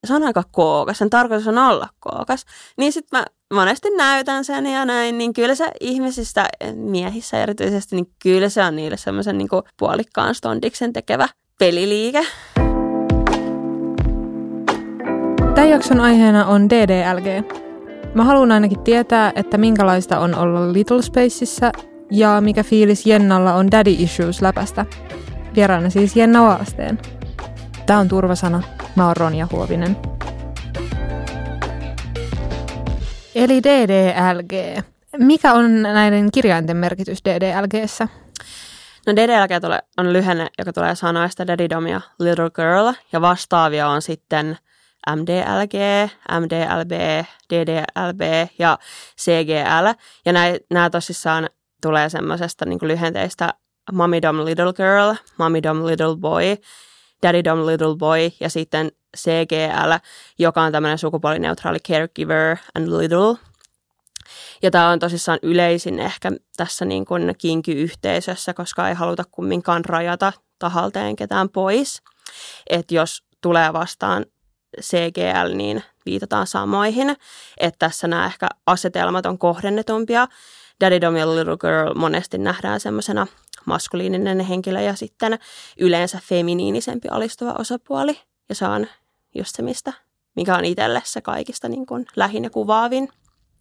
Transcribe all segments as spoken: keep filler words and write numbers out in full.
se on aika kookas, sen tarkoitus on olla kookas. Niin sitten mä monesti näytän sen ja näin, niin kyllä se ihmisissä, miehissä erityisesti, niin kyllä se on niille semmoisen niin kuin puolikkaan stondiksen tekevä peliliike. Tämän jakson aiheena on D D L G. Mä haluan ainakin tietää, että minkälaista on olla Little Spaceissa ja mikä fiilis Jennalla on Daddy Issues läpästä. Vieraana siis Jenna Oasteen. Tää on Turvasana. Mä oon Ronja Huovinen. Eli D D L G. Mikä on näiden kirjainten merkitys D D L G:ssä? No D D L G on lyhenne, joka tulee sanoista Daddy Dom ja Little Girl. Ja vastaavia on sitten M D L G, M D L B, D D L B ja C G L. Ja nämä tosissaan tulee semmoisesta niin kuin lyhenteistä Mommy Dom Little Girl, Mommy Dom Little Boy, Daddy Dom Little Boy ja sitten C G L, joka on tämmöinen sukupuolineutraali caregiver and little. Ja tämä on tosissaan yleisin ehkä tässä niin kuin kinky-yhteisössä, koska ei haluta kumminkaan rajata tahalteen ketään pois. Että jos tulee vastaan C G L, niin viitataan samoihin. Että tässä nämä ehkä asetelmat on kohdennetumpia. Daddy Dom ja Little Girl monesti nähdään semmoisena maskuliininen henkilö ja sitten yleensä feminiinisempi alistuva osapuoli. Ja se on just se, mistä, mikä on itselle se kaikista niin kuin lähin ja kuvaavin.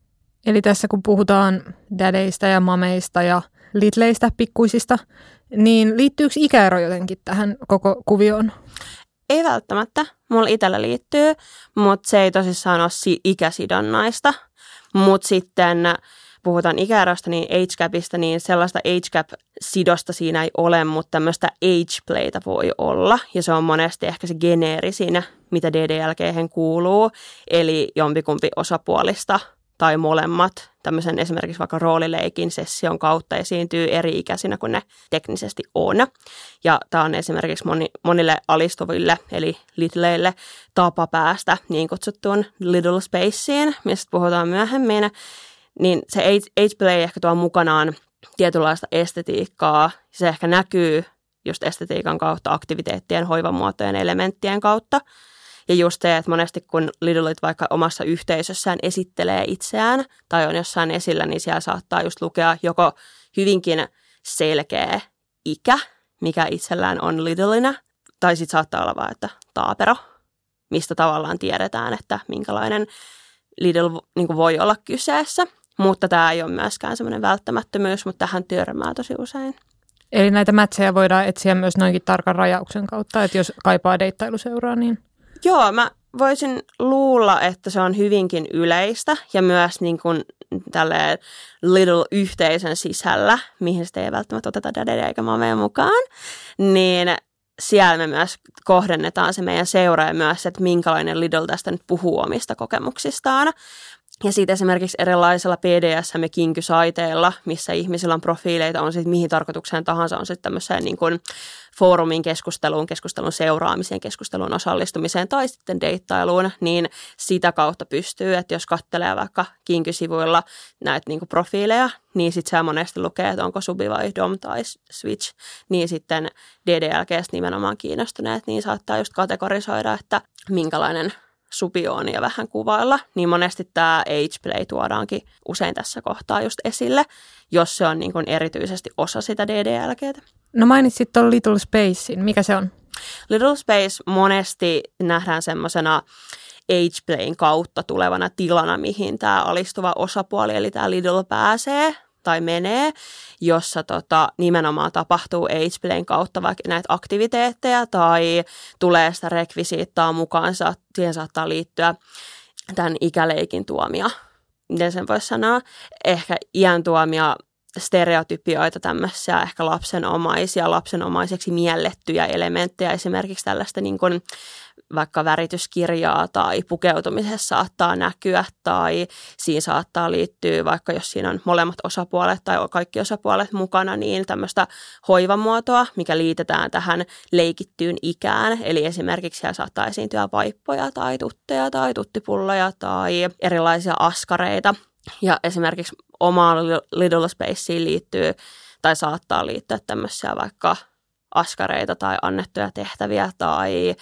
Eli tässä kun puhutaan dadeista ja mameista ja litleistä, pikkuisista, niin liittyykö ikäero jotenkin tähän koko kuvioon? Ei välttämättä. Mulla itsellä liittyy, mutta se ei tosissaan ole si- ikäsidonnaista. Mutta sitten puhutaan ikäerosta, niin age gapista, niin sellaista age gap-sidosta siinä ei ole, mutta tämmöistä age playta voi olla. Ja se on monesti ehkä se geneeri siinä, mitä D D L G:hen kuuluu. Eli jompikumpi osapuolista tai molemmat tämmöisen esimerkiksi vaikka roolileikin session kautta esiintyy eri-ikäisinä kuin ne teknisesti on. Ja tämä on esimerkiksi moni, monille alistuville eli litleille tapa päästä niin kutsuttuun Little Spaceen, mistä puhutaan myöhemmin. Niin se age play ehkä tuo mukanaan tietynlaista estetiikkaa. Se ehkä näkyy just estetiikan kautta, aktiviteettien, hoivamuotojen, elementtien kautta. Ja just se, että monesti kun Littlet vaikka omassa yhteisössään esittelee itseään tai on jossain esillä, niin siellä saattaa just lukea joko hyvinkin selkeä ikä, mikä itsellään on Littlenä, tai sitten saattaa olla vaan, että taapero, mistä tavallaan tiedetään, että minkälainen Little niin kuin voi olla kyseessä. Mutta tämä ei ole myöskään semmoinen välttämättömyys, mutta tähän törmää tosi usein. Eli näitä mätsejä voidaan etsiä myös noinkin tarkan rajauksen kautta, että jos kaipaa deittailuseuraa, niin... Joo, mä voisin luulla, että se on hyvinkin yleistä ja myös niin kuin tälleen Little-yhteisön sisällä, mihin sitä ei välttämättä oteta dadeja eikä mamea mukaan, niin siellä me myös kohdennetaan se meidän seuraaja myös, että minkälainen Little tästä nyt puhuu omista kokemuksistaan. Ja siitä esimerkiksi erilaisilla P D S- ja kinky-saiteilla, missä ihmisillä on profiileita, on sitten mihin tarkoitukseen tahansa, on sitten tämmöiseen niin kuin foorumin keskusteluun, keskustelun seuraamiseen, keskustelun osallistumiseen tai sitten deittailuun, niin sitä kautta pystyy, että jos katselee vaikka kinky-sivuilla näitä niin kuin profiileja, niin sitten se monesti lukee, että onko subi vai dom tai switch, niin sitten D D L G:stä nimenomaan kiinnostuneet, niin saattaa just kategorisoida, että minkälainen supi on ja vähän kuvailla, niin monesti tämä age play tuodaankin usein tässä kohtaa just esille, jos se on niin kuin erityisesti osa sitä D D L G:tä. No mainitsit tuon Little Spacein. Mikä se on? Little Space monesti nähdään semmoisena age playin kautta tulevana tilana, mihin tämä alistuva osapuoli, eli tämä Little pääsee tai menee, jossa tota, nimenomaan tapahtuu age playin kautta vaikka näitä aktiviteetteja tai tulee sitä rekvisiittaa mukaan, siihen saattaa liittyä tämän ikäleikin tuomia, miten sen voisi sanoa, ehkä iän tuomia stereotypioita, tämmöisiä ehkä lapsenomaisia, lapsenomaiseksi miellettyjä elementtejä, esimerkiksi tällaista niin kuin vaikka värityskirjaa tai pukeutumisessa saattaa näkyä tai siinä saattaa liittyä, vaikka jos siinä on molemmat osapuolet tai kaikki osapuolet mukana, niin tämmöistä hoivamuotoa, mikä liitetään tähän leikittyyn ikään. Eli esimerkiksi siellä saattaa esiintyä vaippoja tai tutteja tai tuttipulloja tai erilaisia askareita. Ja esimerkiksi omaan Little Spaceen liittyy tai saattaa liittyä tämmöisiä vaikka askareita tai annettuja tehtäviä tai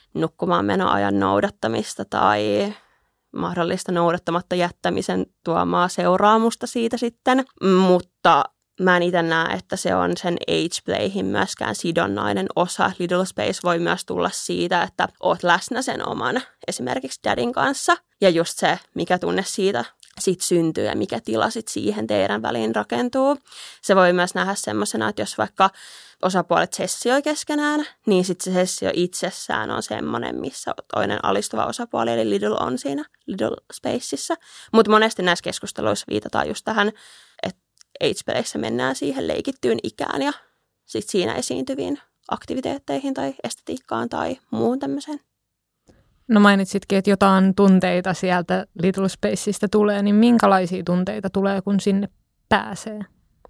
nukkumaan menoajan noudattamista tai mahdollista noudattamatta jättämisen tuomaa seuraamusta siitä sitten, mutta mä en itse näe, että se on sen age-playhin myöskään sidonnainen osa. Little Space voi myös tulla siitä, että oot läsnä sen oman esimerkiksi dadin kanssa. Ja just se, mikä tunne siitä sit syntyy ja mikä tila sit siihen teidän väliin rakentuu. Se voi myös nähdä semmoisena, että jos vaikka osapuolet sessioi keskenään, niin sitten se sessio itsessään on semmoinen, missä toinen alistuva osapuoli, eli Little on siinä Little Spaceissa. Mutta monesti näissä keskusteluissa viitataan just tähän, että age-peleissä mennään siihen leikittyyn ikään ja sitten siinä esiintyviin aktiviteetteihin tai estetiikkaan tai muun tämmöiseen. No mainitsitkin, että jotain tunteita sieltä Little Spaceista tulee, niin minkälaisia tunteita tulee, kun sinne pääsee?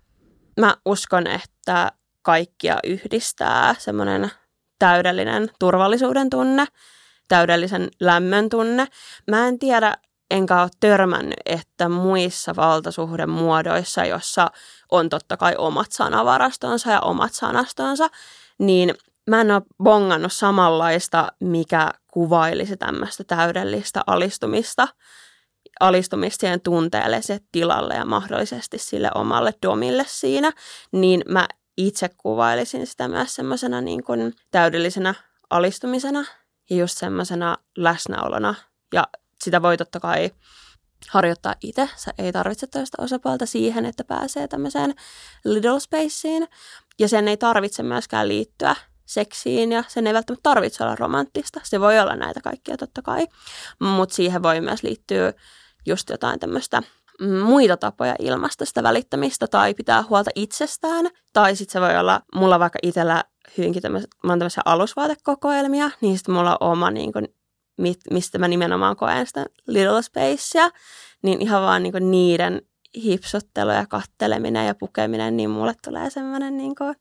Mä uskon, että kaikkia yhdistää semmoinen täydellinen turvallisuuden tunne, täydellisen lämmön tunne. Mä en tiedä, enkä ole törmännyt, että muissa valtasuhdemuodoissa, jossa on totta kai omat sanavarastonsa ja omat sanastonsa, niin mä en ole bongannut samanlaista, mikä kuvailisi tämmöistä täydellistä alistumista, alistumista siihen tunteelle, se tilalle ja mahdollisesti sille omalle domille siinä, niin mä itse kuvailisin sitä myös semmoisena niin kuin täydellisenä alistumisena ja just semmoisena läsnäolona. Ja sitä voi totta kai harjoittaa itse. Sä ei tarvitse toista osapuolta siihen, että pääsee tämmöiseen Little Spaceen. Ja sen ei tarvitse myöskään liittyä seksiin ja sen ei välttämättä tarvitse olla romanttista. Se voi olla näitä kaikkia totta kai, mutta siihen voi myös liittyä just jotain tämmöistä muita tapoja ilmaista sitä välittämistä tai pitää huolta itsestään. Tai sitten se voi olla, mulla vaikka itsellä hyvinkin tämmöisiä, mä oon tämmöisiä alusvaatekokoelmia, niin sitten mulla on oma, niin kun, mistä mä nimenomaan koen sitä Little Spacea, niin ihan vaan niin kun niiden hipsottelu ja katteleminen ja pukeminen, niin mulle tulee semmoinen niin kun,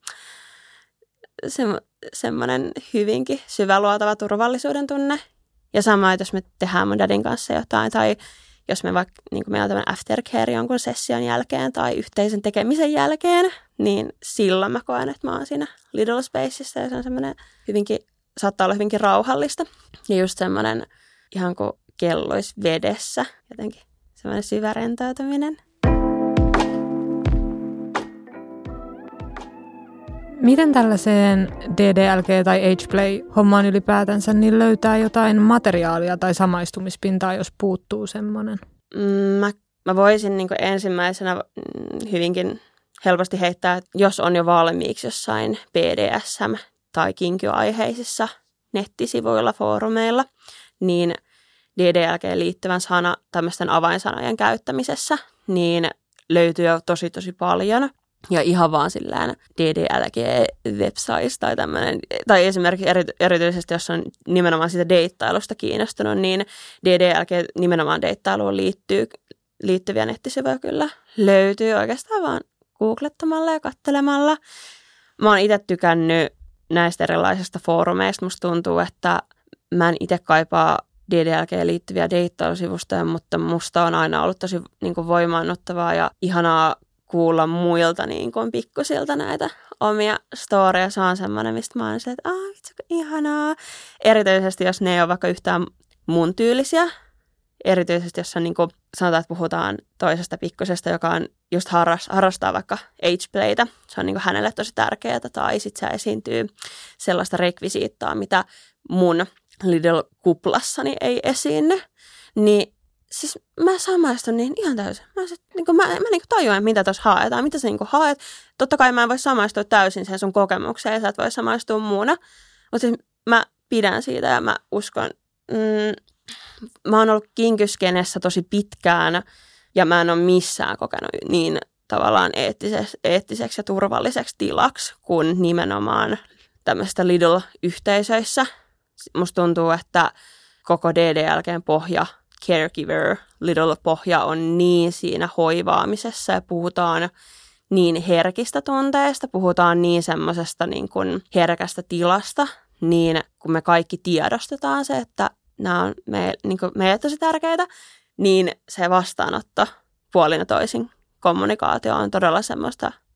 se, semmoinen hyvinkin syväluotava turvallisuuden tunne. Ja sama, että jos me tehdään mun dadin kanssa jotain tai jos me vaikka, niin kuin meillä on tämmöinen aftercare jonkun session jälkeen tai yhteisen tekemisen jälkeen, niin silloin mä koen, että mä oon siinä Little Spaceissa ja se on semmoinen hyvinkin, saattaa olla hyvinkin rauhallista. Ja just semmoinen ihan kuin kello olisi vedessä, jotenkin semmoinen syvä rentoutuminen. Miten tällaiseen D D L G- tai Ageplay-hommaan ylipäätänsä niin löytää jotain materiaalia tai samaistumispintaa, jos puuttuu semmoinen? Mä, mä voisin niin kuin ensimmäisenä hyvinkin helposti heittää, että jos on jo valmiiksi jossain B D S M- tai kinky-aiheisissa nettisivuilla, foorumeilla, niin D D L G liittyvän sana tämmöisten avainsanojen käyttämisessä, niin löytyy jo tosi tosi paljon. Ja ihan vaan sillään D D L G-websites tai tämmöinen, tai esimerkiksi eri, erityisesti, jos on nimenomaan siitä deittailusta kiinnostunut, niin D D L G nimenomaan deittailuun liittyy, liittyviä nettisivuja kyllä löytyy oikeastaan vaan googlettamalla ja katselemalla. Mä oon itse tykännyt näistä erilaisista foorumeista. Musta tuntuu, että mä en itse kaipaa D D L G liittyviä deittailusivustoja, mutta musta on aina ollut tosi niin kuin voimaannuttavaa ja ihanaa kuulla muilta niin kuin pikkusilta näitä omia storeja. Se on semmoinen, mistä mä oon se, että aah, vitsi, ihanaa. Erityisesti, jos ne ei ole vaikka yhtään mun tyylisiä. Erityisesti, jos on niin kuin, sanotaan, että puhutaan toisesta pikkusesta, joka on just harras, harrastaa vaikka ageplaytä. Se on niin kuin hänelle tosi tärkeää. Tai sitten se esiintyy sellaista rekvisiittaa, mitä mun Lidl-kuplassani ei esiinny. Niin siis mä samaistun niin ihan täysin. Mä, sit, niin kuin, mä, mä niin kuin tajuan, mitä tuossa haetaan, mitä sä niin kuin haet. Totta kai mä en voi samaistua täysin sen sun kokemukseen ja sä et voi samaistua muuna. Mutta siis mä pidän siitä ja mä uskon. Mm, mä oon ollut kinkyskenessä tosi pitkään ja mä en ole missään kokenut niin tavallaan eettiseksi, eettiseksi ja turvalliseksi tilaksi kuin nimenomaan tämmöistä Lidl-yhteisöissä. Musta tuntuu, että koko D D L G:n pohja, caregiver, Lidl-pohja on niin siinä hoivaamisessa ja puhutaan niin herkistä tunteista, puhutaan niin semmoisesta niin kuin herkästä tilasta, niin kun me kaikki tiedostetaan se, että nämä on me, niin kuin meille tosi tärkeitä, niin se vastaanotto puolin ja toisin kommunikaatio on todella semmoista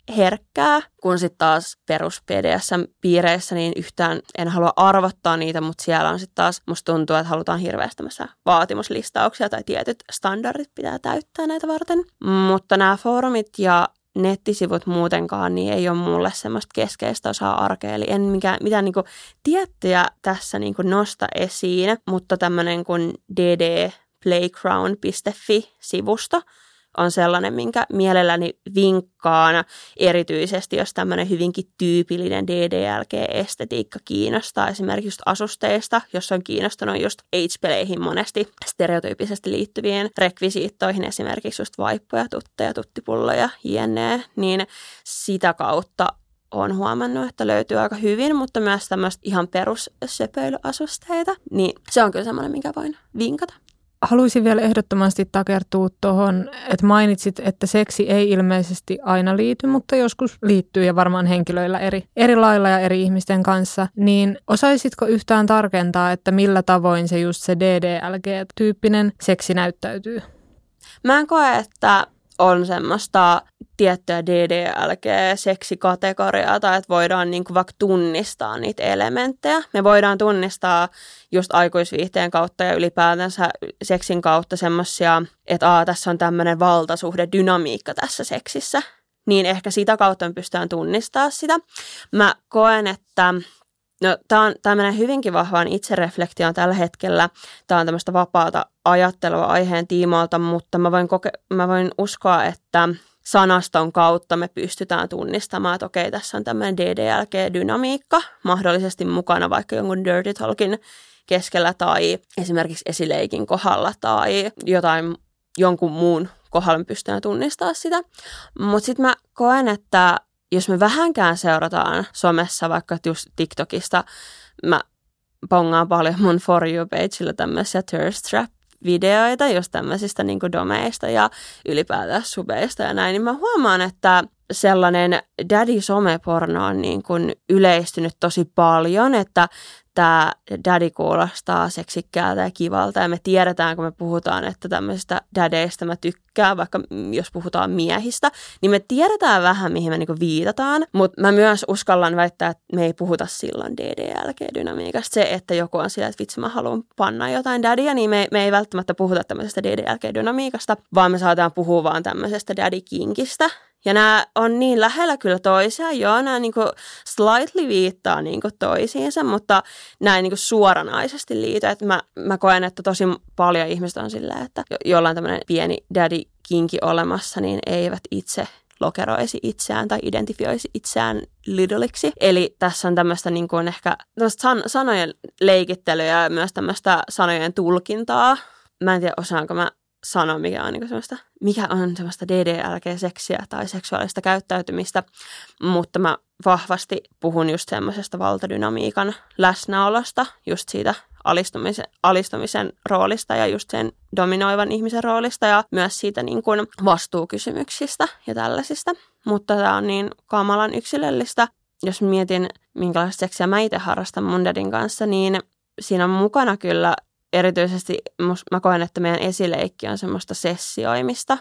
herkkää, kun sitten taas perus P D S M-piireissä niin yhtään en halua arvottaa niitä, mutta siellä on sitten taas, musta tuntuu, että halutaan hirveästi tämmöisiä vaatimuslistauksia tai tietyt standardit pitää täyttää näitä varten. Mutta nämä foorumit ja nettisivut muutenkaan, niin ei ole mulle semmoista keskeistä osaa arkea, eli en mikään, mitään niin kuin tiettyjä tässä niin kuin nosta esiin, mutta tämmöinen kuin d d playground piste f i-sivusto on sellainen, minkä mielelläni vinkkaan, erityisesti jos tämmöinen hyvinkin tyypillinen D D L G-estetiikka kiinnostaa esimerkiksi just asusteista, jos on kiinnostunut just age-peleihin monesti stereotyyppisesti liittyviin rekvisiittoihin, esimerkiksi just vaippoja, tutteja, tuttipulloja, jne, niin sitä kautta olen huomannut, että löytyy aika hyvin, mutta myös tämmöistä ihan perussöpöilyasusteita, niin se on kyllä semmoinen, minkä voin vinkata. Haluaisin vielä ehdottomasti takertua tuohon, että mainitsit, että seksi ei ilmeisesti aina liity, mutta joskus liittyy ja varmaan henkilöillä eri, eri lailla ja eri ihmisten kanssa. Niin osaisitko yhtään tarkentaa, että millä tavoin se just se D D L G-tyyppinen seksi näyttäytyy? Mä en koe, että on semmoista tiettyä D D L G-seksikategoriaa tai että voidaan niinku vaikka tunnistaa niitä elementtejä. Me voidaan tunnistaa just aikuisviihteen kautta ja ylipäätänsä seksin kautta semmoisia, että aa, tässä on tämmöinen valtasuhde, dynamiikka tässä seksissä. Niin ehkä sitä kautta me pystytään tunnistamaan sitä. Mä koen, että no, tämä on tämmöinen hyvinkin vahvaan itsereflektio tällä hetkellä. Tämä on tämmöistä vapaata ajattelua aiheen tiimoilta, mutta mä voin, koke- mä voin uskoa, että sanaston kautta me pystytään tunnistamaan, että okei, tässä on tämmöinen D D L G-dynamiikka mahdollisesti mukana vaikka jonkun Dirty Talkin keskellä tai esimerkiksi esileikin kohdalla tai jotain jonkun muun kohdalla me pystytään tunnistamaan sitä. Mutta sitten mä koen, että jos me vähänkään seurataan somessa, vaikka just TikTokista, mä pongaan paljon mun For You-pageilla tämmöisiä thirst trap-videoita, just tämmöisistä niin kuin domeista ja ylipäätään subeista ja näin, niin mä huomaan, että sellainen daddy-someporno on niin kuin yleistynyt tosi paljon, että tämä daddy kuulostaa seksikkäältä ja kivalta ja me tiedetään, kun me puhutaan, että tämmöisistä dadeista mä tykkään, vaikka jos puhutaan miehistä, niin me tiedetään vähän, mihin me niinku viitataan, mutta mä myös uskallan väittää, että me ei puhuta silloin D D L G-dynamiikasta. Se, että joku on sillä, että vitsi mä haluan panna jotain daddyä, niin me, me ei välttämättä puhuta tämmöisestä D D L G-dynamiikasta, vaan me saadaan puhua vaan tämmöisestä daddy-kinkistä. Ja nämä on niin lähellä kyllä toisiaan, joo, nämä niinku slightly viittaa niinku toisiinsa, mutta näin niinku suoranaisesti liity. Että mä, mä koen, että tosi paljon ihmistä on silleen, että jo, jollain tämmöinen pieni daddy-kinki olemassa, niin eivät itse lokeroisi itseään tai identifioisi itseään lidliksi. Eli tässä on tämmöistä niin kuin ehkä san, sanojen leikittelyä ja myös tämmöistä sanojen tulkintaa. Mä en tiedä, osaanko mä sanoa, mikä on, niin semmoista, mikä on semmoista D D L G-seksiä tai seksuaalista käyttäytymistä, mutta mä vahvasti puhun just semmoisesta valtadynamiikan läsnäolosta, just siitä alistumisen, alistumisen roolista ja just sen dominoivan ihmisen roolista ja myös siitä niin kuin vastuukysymyksistä ja tällaisista. Mutta tämä on niin kamalan yksilöllistä. Jos mietin, minkälaista seksiä mä itse harrastan mun dadin kanssa, niin siinä on mukana kyllä erityisesti mä koen, että meidän esileikki on semmoista sessioimista,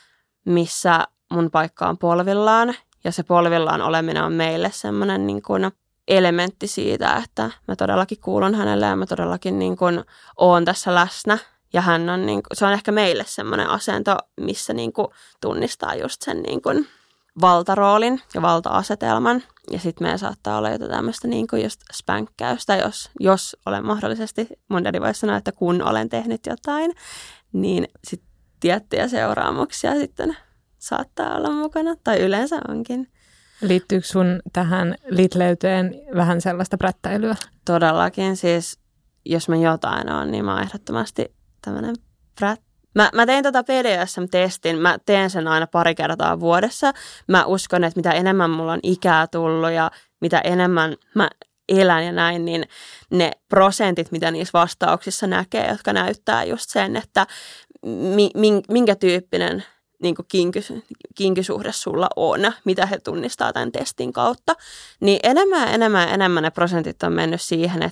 missä mun paikka on polvillaan ja se polvillaan oleminen on meille semmoinen niin kuin elementti siitä, että mä todellakin kuulun hänelle ja mä todellakin niin kuin oon tässä läsnä ja hän on niin kuin, se on ehkä meille semmoinen asento, missä niin kuin tunnistaa just sen niin kuin valtaroolin ja valta-asetelman. Ja sitten meidän saattaa olla jotain tämmöistä niin kuin just spänkkäystä, jos, jos olen mahdollisesti, mun daddy voisi sanoa, että kun olen tehnyt jotain, niin sitten tiettyjä seuraamuksia sitten saattaa olla mukana, tai yleensä onkin. Liittyykö sun tähän litleyteen vähän sellaista prättäilyä? Todellakin, siis jos mä jotain on, niin mä oon ehdottomasti tämmöinen prät. Mä, mä tein tota P D S M-testin, mä teen sen aina pari kertaa vuodessa. Mä uskon, että mitä enemmän mulla on ikää tullut ja mitä enemmän mä elän ja näin, niin ne prosentit, mitä niissä vastauksissa näkee, jotka näyttää just sen, että mi, minkä tyyppinen niin kuin kinkys, kinkysuhde sulla on, mitä he tunnistaa tämän testin kautta, niin enemmän ja enemmän ja enemmän ne prosentit on mennyt siihen, että se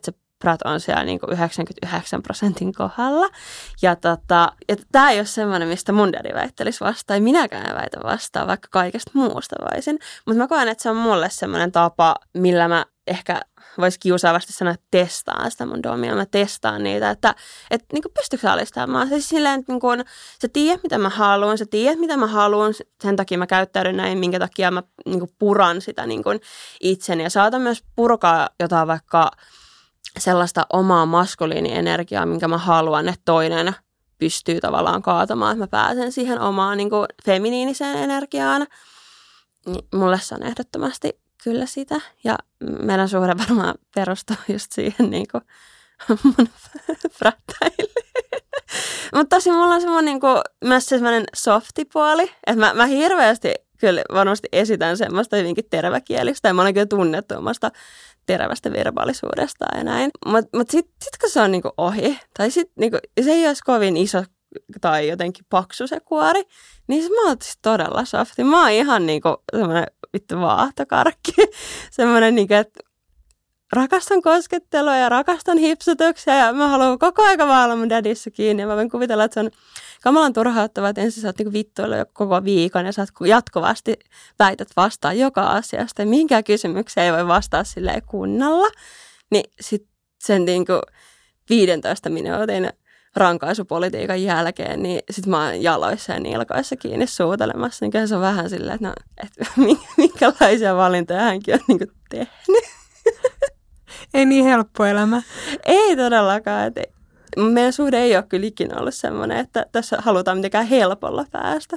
Pratt on siellä niin kuin yhdeksänkymmentäyhdeksän prosentin kohdalla. Ja, tota, ja tämä ei ole semmoinen, mistä mun daddy väittelisi vastaan, ei minäkään en väitä vastaan, vaikka kaikesta muusta voisin. Mutta mä koen, että se on mulle semmoinen tapa, millä mä ehkä voisi kiusaavasti sanoa, että testaan sitä mun domia. Mä testaan niitä, että, että niin kuin pystyykö sä alistamaan. Siis silleen, että niin kuin, sä tiedät, mitä mä haluan, sä tiedät, mitä mä haluan, sen takia mä käyttäydyn näin, minkä takia mä niin kuin puran sitä niin kuin itseni. Ja saatan myös purkaa jotain vaikka sellaista omaa maskuliinienergiaa, minkä mä haluan, että toinen pystyy tavallaan kaatamaan, että mä pääsen siihen omaan niin kuin feminiiniseen energiaan. Niin mulle se on ehdottomasti kyllä sitä. Ja meidän suhde varmaan perustuu just siihen niin kuin mun frättäiliin. Mutta tosi mulla on semmoinen niin kuin, myös semmoinen softipuoli, että mä, mä hirveästi kyllä varmasti esitän semmoista hyvinkin teräväkielistä. Ja mä olen kyllä tunnettu omasta terävästä verbaalisuudesta ja näin. Mutta mut sitten sit, kun se on niinku ohi, tai sitten niinku, se ei olisi kovin iso tai jotenkin paksu se kuori, niin mä oon siis todella softi. Mä oon ihan niinku semmoinen vittu vaahtokarkki. Semmoinen niinku, että rakastan koskettelua ja rakastan hipsutuksia ja mä haluan koko ajan vaan olla mun dadissa kiinni. Ja mä voin kuvitella, että se on kamalan turhauttavaa, että ensin sä oot niinku vittuilla jo koko viikon ja sä oot jatkuvasti väität vastaan joka asiasta. Ja mihinkään kysymykseen ei voi vastaa silleen kunnolla. Niin sit sen niinku viidentoista minuutin rankaisupolitiikan jälkeen, niin sit mä oon jaloissa ja nilkoissa kiinni suutelemassa. Niin kyllä se on vähän silleen, että no, et, minkälaisia valintoja hänkin on niinku tehnyt. Ei niin helppo elämä. Ei todellakaan. Et meidän suhde ei ole kyllä ikinä ollut semmoinen, että tässä halutaan mitenkään helpolla päästä.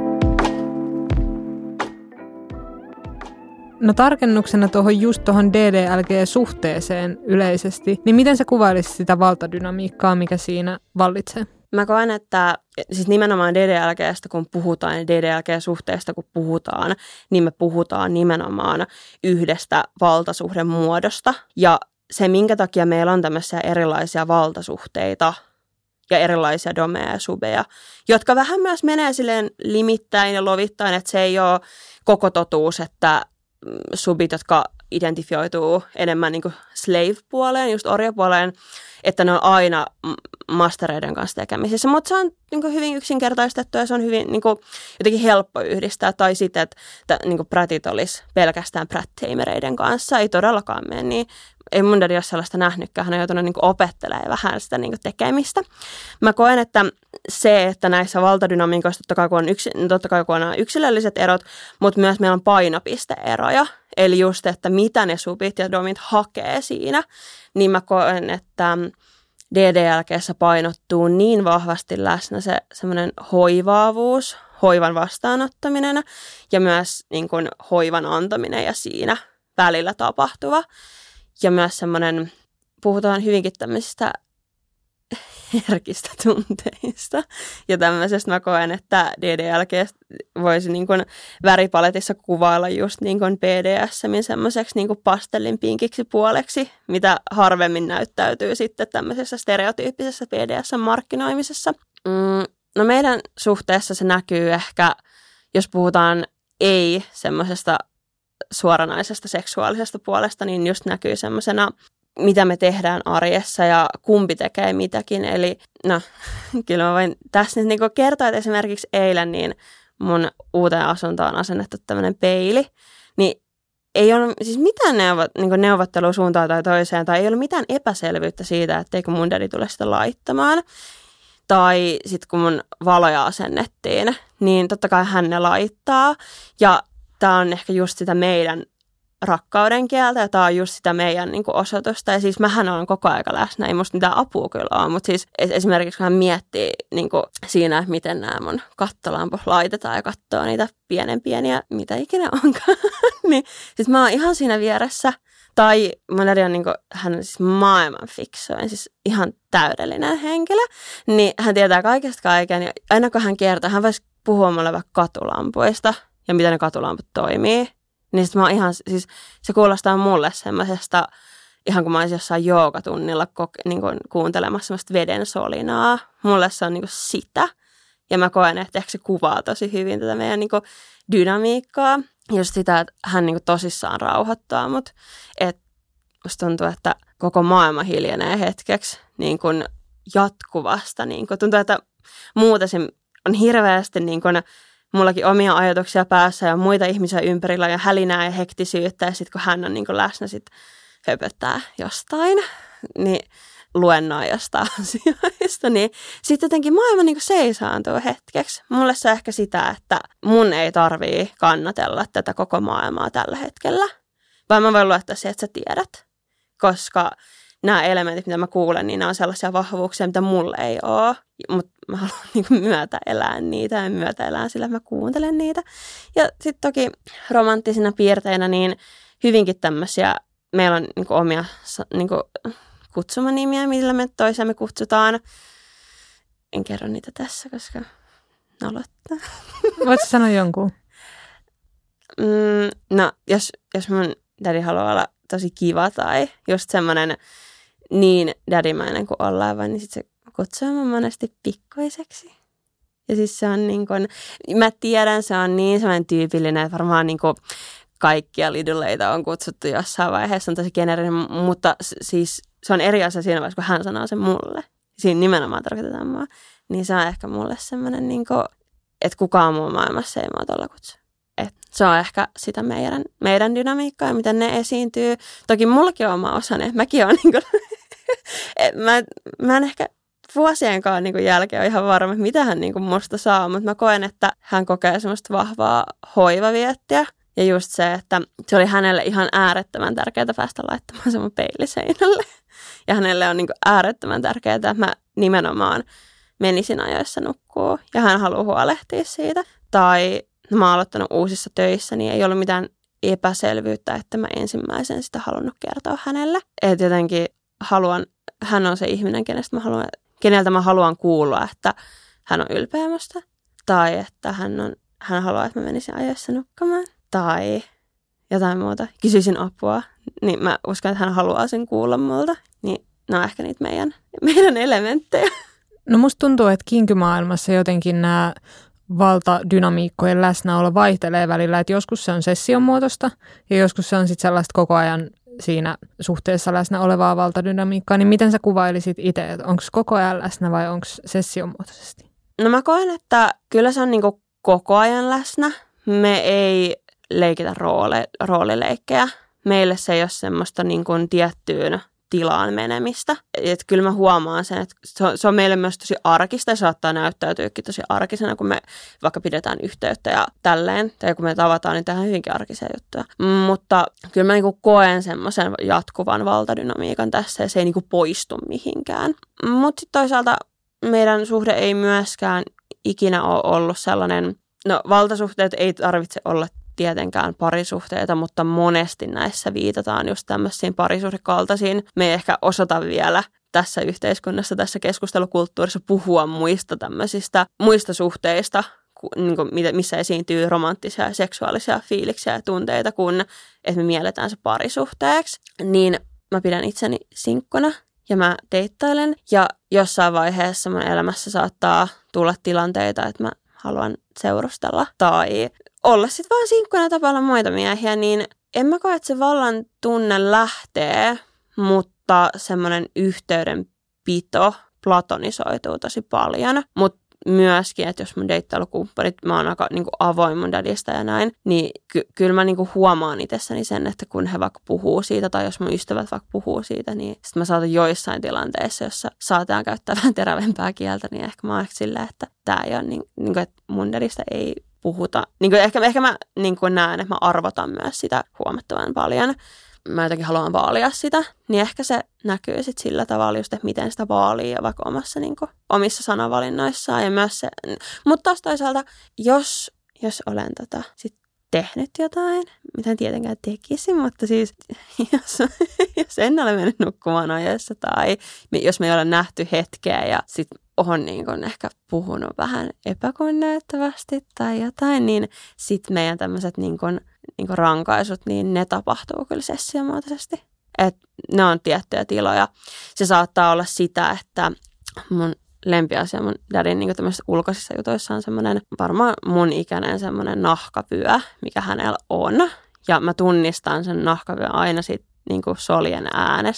No tarkennuksena tuohon just tuohon D D L G-suhteeseen yleisesti, niin miten sä kuvailisit sitä valtadynamiikkaa, mikä siinä vallitsee? Mä koen, että siis nimenomaan D D L G:stä kun puhutaan ja D D L G-suhteesta kun puhutaan, niin me puhutaan nimenomaan yhdestä valtasuhdemuodosta. Ja se, minkä takia meillä on tämmöisiä erilaisia valtasuhteita ja erilaisia domeja ja subeja, jotka vähän myös menee silleen limittäin ja lovittain, että se ei ole koko totuus, että subit, jotka identifioituu enemmän niin kuin slave-puoleen, just orjapuoleen, että ne on aina mastereiden kanssa tekemisissä. Mutta se on niin kuin hyvin yksinkertaistettu ja se on hyvin niin kuin, jotenkin helppo yhdistää. Tai sitten, että, että niin kuin Prattit olisi pelkästään Pratt-tamereiden kanssa. Ei todellakaan mene niin. Ei mun daddy ole sellaista nähnytkään. Hän on joutunut niin kuin opettelemaan vähän sitä niin kuin tekemistä. Mä koen, että se, että näissä valtadynamiikoissa totta kai kun on, yksi, totta kai kun on yksilölliset erot, mutta myös meillä on painopisteeroja. Eli just, että mitä ne subit ja domit hakee siinä, niin mä koen, että D D L G:ssä painottuu niin vahvasti läsnä se semmoinen hoivaavuus, hoivan vastaanottaminen ja myös niin kuin hoivan antaminen ja siinä välillä tapahtuva. Ja myös semmoinen, puhutaan hyvinkin tämmöisistä herkistä tunteista. Ja tämmöisestä mä koen, että D D L G voisi niin kuin väripaletissa kuvailla just niin kuin B D S M:in semmoiseksi niin kuin pastellinpinkiksi puoleksi, mitä harvemmin näyttäytyy sitten tämmöisessä stereotyyppisessä B D S M-markkinoimisessa. Mm, no meidän suhteessa se näkyy ehkä, jos puhutaan ei semmoisesta suoranaisesta seksuaalisesta puolesta, niin just näkyy semmoisena, mitä me tehdään arjessa ja kumpi tekee mitäkin. Eli no, kyllä mä voin tässä nyt niin kertoa, että esimerkiksi eilen niin mun uuteen asuntoon asennettu tämmöinen peili, niin ei ole siis mitään neuvot, niin neuvottelua suuntaan tai toiseen, tai ei ole mitään epäselvyyttä siitä, etteikö mun daddy tule sitä laittamaan. Tai sitten kun mun valoja asennettiin, niin totta kai hän ne laittaa. Ja tää on ehkä just sitä meidän rakkauden kieltä ja tämä on just sitä meidän niin kuin osoitusta. Ja siis mähän olen koko aika läsnä, ei musta mitään apua kyllä ole, mutta siis esimerkiksi kun hän miettii niin kuin siinä, miten nämä mun kattolamput laitetaan ja katsoo niitä pienen pieniä, mitä ikinä onkaan, niin siis mä oon ihan siinä vieressä. Tai mun daddy on niin kuin, hän on siis maailman fiksuin, siis ihan täydellinen henkilö, niin hän tietää kaikesta kaiken ja aina kun hän kiertää, hän voisi puhua mulle vaikka katulampuista ja miten ne katulamput toimii. Niin sit mä oon ihan, siis se kuulostaa mulle semmoisesta, ihan kun mä olisin jossain joogatunnilla koke, niin kuin kuuntelemassa semmoista veden solinaa. Mulle se on niin kuin sitä. Ja mä koen, että ehkä se kuvaa tosi hyvin tätä meidän niin kuin dynamiikkaa. Just sitä, että hän niin kuin tosissaan rauhoittaa mut. Että musta tuntuu, että koko maailma hiljenee hetkeksi niin kuin jatkuvasta. Niin kuin tuntuu, että muuten se on hirveästi niin kuin mullakin omia ajatuksia päässä ja muita ihmisiä ympärillä ja hälinää ja hektisyyttä. Ja sitten kun hän on niin kuin läsnä, sitten höpöttää jostain, niin luennoi jostain asioista. Niin sitten jotenkin maailma niin kuin seisaantuu hetkeksi. Mulle se on ehkä sitä, että mun ei tarvii kannatella tätä koko maailmaa tällä hetkellä. Vaan mä voin luottaa siihen, että sä tiedät. Koska nämä elementit, mitä mä kuulen, niin nämä on sellaisia vahvuuksia, mitä mulle ei ole. Mutta mä haluan niin kuin myötä elää niitä ja myötä elää sillä, että mä kuuntelen niitä. Ja sitten toki romanttisina piirteinä niin hyvinkin tämmöisiä, meillä on niin kuin omia niin kuin kutsumanimiä, millä me toisiamme kutsutaan. En kerro niitä tässä, koska nolottaa. Voitko sanoa jonkun? Mm, no, jos, jos mun daddy haluaa olla tosi kiva tai just semmoinen niin daddymäinen kuin ollaan, vaan niin sitten se kutsuu mun monesti pikkoiseksi. Ja siis se on niin kuin, mä tiedän, se on niin semmoinen tyypillinen, että varmaan niin kuin kaikkia liduleita on kutsuttu jossain vaiheessa, on tosi generinen, mutta siis se on eri asia siinä vaiheessa, kun hän sanoo sen mulle. Siinä nimenomaan tarkoitetaan mua. Niin se on ehkä mulle semmoinen, niin kuin, että kukaan muu maailmassa ei mua tuolla kutsu. Et se on ehkä sitä meidän, meidän dynamiikkaa ja miten ne esiintyy. Toki mullakin on oma osani. Mäkin olen niin kuin, mä, mä en ehkä vuosienkaan niin kuin jälkeen ole ihan varma, että mitä hän niin kuin musta saa, mutta mä koen, että hän kokee semmoista vahvaa hoivaviettiä. Ja just se, että se oli hänelle ihan äärettömän tärkeää päästä laittamaan se mun peiliseinälle. Ja hänelle on niin kuin äärettömän tärkeää, että mä nimenomaan menisin ajoissa nukkuu. Ja hän haluaa huolehtia siitä. Tai no, mä oon aloittanut uusissa töissä, niin ei ollut mitään epäselvyyttä, että mä ensimmäisen sitä halunnut kertoa hänelle. Että jotenkin haluan, hän on se ihminen, kenestä mä haluan, keneltä mä haluan kuulla, että hän on ylpeä musta. Tai että hän, on, hän haluaa, että mä menisin ajoissa nukkumaan. Tai jotain muuta. Kysyisin apua, niin mä uskon, että hän haluaa sen kuulla multa. Niin ne on ehkä niitä meidän, meidän elementtejä. No musta tuntuu, että kinkymaailmassa jotenkin nämä valtadynamiikkojen läsnäolo vaihtelee välillä, että joskus se on session muotoista ja joskus se on sitten sellaista koko ajan siinä suhteessa läsnä olevaa valtadynamiikkaa. Niin miten sä kuvailisit itse, että onko koko ajan läsnä vai onko session muotoisesti? No mä koen, että kyllä se on niinku koko ajan läsnä. Me ei leikitä roole, roolileikkejä. Meille se ei ole semmoista niin kuin tiettyyn tilaan menemistä. Et kyllä mä huomaan sen, että se on, se on meille myös tosi arkista ja saattaa näyttäytyäkin tosi arkisena, kun me vaikka pidetään yhteyttä ja tälleen. Tai kun me tavataan, niin tähän hyvinkin arkisia juttuja. Mutta kyllä mä niin kuin koen semmoisen jatkuvan valtadynamiikan tässä ja se ei niin kuin poistu mihinkään. Mutta sitten toisaalta meidän suhde ei myöskään ikinä ole ollut sellainen. No valtasuhteet ei tarvitse olla tietenkään parisuhteita, mutta monesti näissä viitataan just tämmöisiin parisuhdekaltaisiin. Me ei ehkä osata vielä tässä yhteiskunnassa, tässä keskustelukulttuurissa puhua muista tämmöisistä, muista suhteista, niin kuin missä esiintyy romanttisia ja seksuaalisia fiiliksiä ja tunteita, kun että me mielletään se parisuhteeksi. Niin mä pidän itseni sinkkuna ja mä deittailen ja jossain vaiheessa mun elämässä saattaa tulla tilanteita, että mä haluan seurustella tai olla sitten vaan sinkkuna ja tapailla muita miehiä, niin en mä koe, että se vallan tunne lähtee, mutta semmoinen yhteydenpito platonisoituu tosi paljon. Mutta myöskin, että jos mun deittailukumppanit, mä oon aika niin kuin avoin mun dadista ja näin, niin ky- kyllä mä niin kuin huomaan itsessäni sen, että kun he vaikka puhuu siitä, tai jos mun ystävät vaikka puhuu siitä, niin sitten mä saatan joissain tilanteissa, jossa saataan käyttää vähän terävempää kieltä, niin ehkä mä oon ehkä silleen, että tää ei ole niin, niin kuin, että mun dadista ei puhuta. Niin kuin ehkä, ehkä mä niin kuin näen, että mä arvotan myös sitä huomattavan paljon. Mä jotenkin haluan vaalia sitä, niin ehkä se näkyy sitten sillä tavalla just, että miten sitä vaalii ja vaikka omassa, niin kuin, omissa sanavalinnoissaan ja myös se. Mutta taas toisaalta, jos, jos olen tota, sit tehnyt jotain, mitä en tietenkään tekisi, mutta siis jos, jos en ole mennyt nukkumaan ajoissa tai jos me ei ole nähty hetkeä ja sitten on niin kun ehkä puhunut vähän epäkunnioittavasti tai jotain, niin sitten meidän tämmöiset niin kun, niin kun rankaisut, niin ne tapahtuu kyllä sessiomuotoisesti. Että ne on tiettyjä tiloja. Se saattaa olla sitä, että mun lempiasia mun dadin niin tämmöisissä ulkoisissa jutuissa on semmoinen varmaan mun ikäinen semmoinen nahkavyö, mikä hänellä on. Ja mä tunnistan sen nahkavyön aina siitä niin kuin soljen äänestä.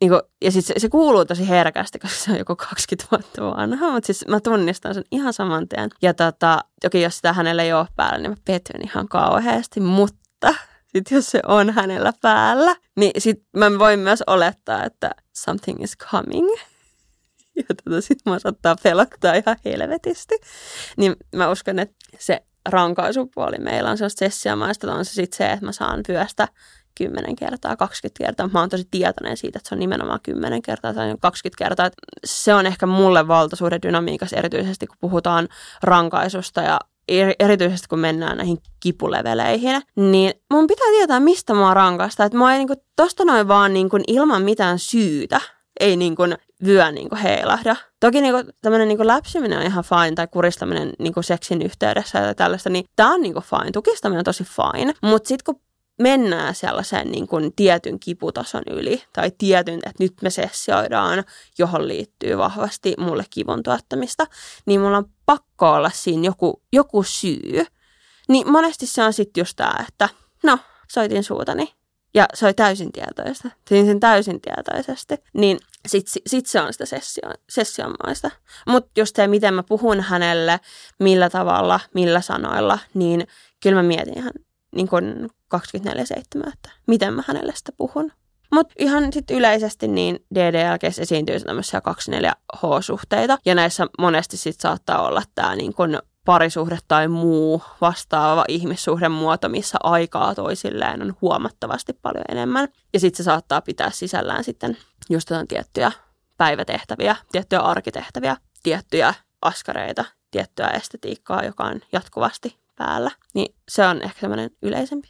Niinku, ja sitten se, se kuuluu tosi herkästi, koska se on joku kaksikymmentä vuotta vanha, mutta siis mä tunnistan sen ihan saman tien. Ja tota, toki jos sitä hänellä ei ole päällä, niin mä petyn ihan kauheasti, mutta sitten jos se on hänellä päällä, niin sitten mä voin myös olettaa, että something is coming. Ja tota, sitten mä saattaa pelottaa ihan helvetisti. Niin mä uskon, että se rankaisupuoli meillä on sellaista sessiomaista, on se sitten se, että mä saan vyöstä kymmenen kertaa, kaksikymmentä kertaa. Mä oon tosi tietoinen siitä, että se on nimenomaan kymmenen kertaa tai kaksikymmentä kertaa. Se on ehkä mulle valtasuhde dynamiikassa erityisesti, kun puhutaan rankaisusta ja erityisesti kun mennään näihin kipuleveleihin, niin mun pitää tietää, mistä mua rankaista. Että mua ei niinku tosta noin vaan niinku ilman mitään syytä ei niinku vyö niinku heilahda. Toki niinku tämmöinen niinku läpsyminen on ihan fine tai kuristaminen niinku seksin yhteydessä ja tällaista, niin tää on niinku fine. Tukistaminen on tosi fine. Mutta sitten kun mennään sellaisen niin kuin tietyn kiputason yli tai tietyn, että nyt me sessioidaan, johon liittyy vahvasti mulle kivun tuottamista, niin mulla on pakko olla siinä joku, joku syy. Niin monesti se on sitten just tämä, että no, soitin suutani ja se oli täysin tietoista. Tein sen täysin tietoisesti. Niin sitten sit se on sitä sessio, sessiomaista. Mutta just se, miten mä puhun hänelle, millä tavalla, millä sanoilla, niin kyllä mä mietin ihan niin kuin kaksikymmentäneljä seitsemän, että miten mä hänelle sitä puhun. Mutta ihan sitten yleisesti niin D D L G:ssä esiintyy tämmöisiä kaksikymmentäneljä H-suhteita. Ja näissä monesti sitten saattaa olla tämä niin kuin parisuhde tai muu vastaava ihmissuhden muoto, missä aikaa toisilleen on huomattavasti paljon enemmän. Ja sitten se saattaa pitää sisällään sitten just jotain tiettyjä päivätehtäviä, tiettyjä arkitehtäviä, tiettyjä askareita, tiettyä estetiikkaa, joka on jatkuvasti päällä. Niin se on ehkä semmoinen yleisempi.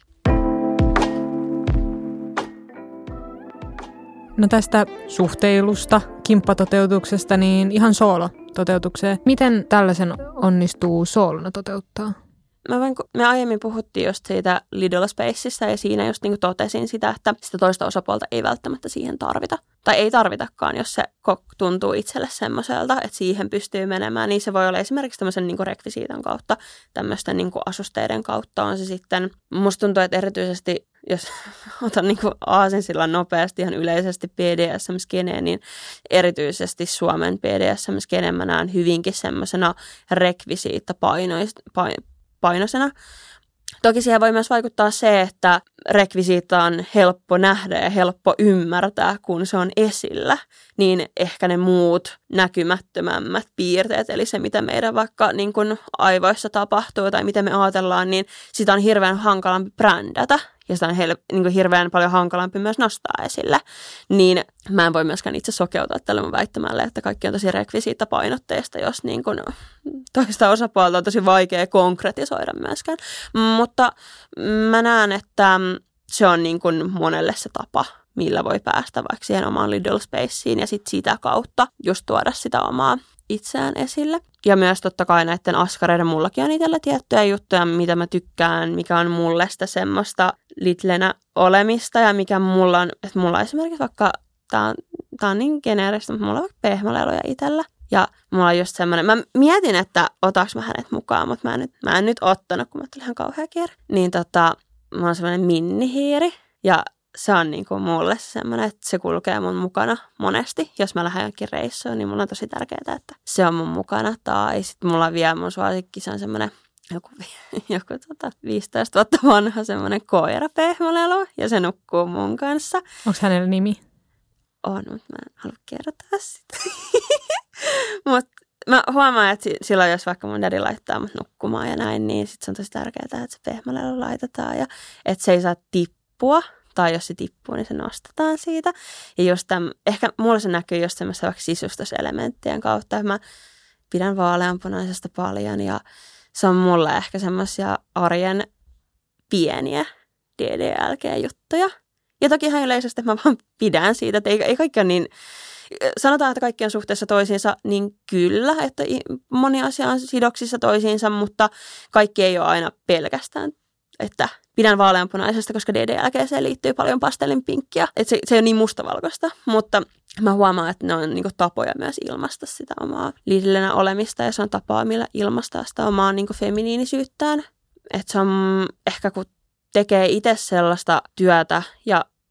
No tästä suhteilusta, kimppatoteutuksesta, niin ihan soolototeutukseen. Miten tällaisen onnistuu soolona toteuttaa? Mä voin, me aiemmin puhuttiin just siitä Little Spaceista ja siinä just niin kuin totesin sitä, että sitä toista osapuolta ei välttämättä siihen tarvita. Tai ei tarvitakaan, jos se tuntuu itselle semmoiselta, että siihen pystyy menemään. Niin se voi olla esimerkiksi tämmöisen niin kuin rekvisiitan kautta, tämmöisten niin kuin asusteiden kautta on se sitten. Musta tuntuu, että erityisesti, jos otan niin kuin aasinsillan nopeasti ihan yleisesti B D S M-skeneen, niin erityisesti Suomen B D S M-skeneen mä näen hyvinkin semmoisena rekvisiittapainoisena. Toki siihen voi myös vaikuttaa se, että rekvisiitta on helppo nähdä ja helppo ymmärtää, kun se on esillä, niin ehkä ne muut näkymättömämmät piirteet, eli se, mitä meidän vaikka niin kuin aivoissa tapahtuu tai mitä me ajatellaan, niin sitä on hirveän hankalampi brändätä ja sitä on hel- niin kuin hirveän paljon hankalampi myös nostaa esille. Niin mä en voi myöskään itse sokeutua tälle mun väittämälle, että kaikki on tosi rekvisiittapainotteista, jos niin kuin toista osapuolta on tosi vaikea konkretisoida myöskään. Mutta mä näen, että se on niin kuin monelle se tapa, millä voi päästä vaikka siihen omaan Little Spaceen ja sitten sitä kautta just tuoda sitä omaa itseään esille. Ja myös totta kai näiden askareiden mullakin on itsellä tiettyjä juttuja, mitä mä tykkään, mikä on mulle sitä semmoista litlenä olemista ja mikä mulla on, että mulla esimerkiksi vaikka, tää on, tää on niin geneeristä, mutta mulla on vaikka pehmoleluja itsellä. Ja mulla on just semmoinen, mä mietin, että otaks mä hänet mukaan, mutta mä en nyt, mä en nyt ottanut, kun mä tulin ihan kauhea kiire. Niin tota, mulla on semmoinen minnihiiri ja se on niinku mulle semmoinen, että se kulkee mun mukana monesti. Jos mä lähden jonkin reissuun, niin mulla on tosi tärkeää, että se on mun mukana. Tai sitten mulla on vielä mun suosikki, se on semmoinen joku, joku tota viisitoista vuotta vanha semmoinen koirapehmolelu ja se nukkuu mun kanssa. Onko hänellä nimi? On, mutta mä en halua kertoa sitä. Mutta mä huomaan, että silloin jos vaikka mun daddy laittaa mut nukkumaan ja näin, niin sit se on tosi tärkeää, että se pehmolelu laitetaan ja että se ei saa tippua. Tai jos se tippuu, niin se nostetaan siitä. Ja just täm, ehkä mulla se näkyy just semmoista vaikka sisustuselementtien kautta, että mä pidän vaaleanpunaisesta paljon ja se on mulle ehkä semmoisia arjen pieniä D D L G-juttuja. Ja toki ihan yleisesti mä vaan pidän siitä, että ei, ei kaikki ole niin, sanotaan, että kaikki on suhteessa toisiinsa, niin kyllä, että moni asia on sidoksissa toisiinsa, mutta kaikki ei ole aina pelkästään, että pidän vaaleanpunaisesta, koska D D L G:seen liittyy paljon pastellinpinkkiä. Että se, se ei ole niin mustavalkoista, mutta mä huomaan, että ne on niinku tapoja myös ilmaista sitä omaa liidellenä olemista ja se on tapaa, millä ilmaistaa sitä omaa niinku feminiinisyyttään. Että se on ehkä, kun tekee itse sellaista työtä ja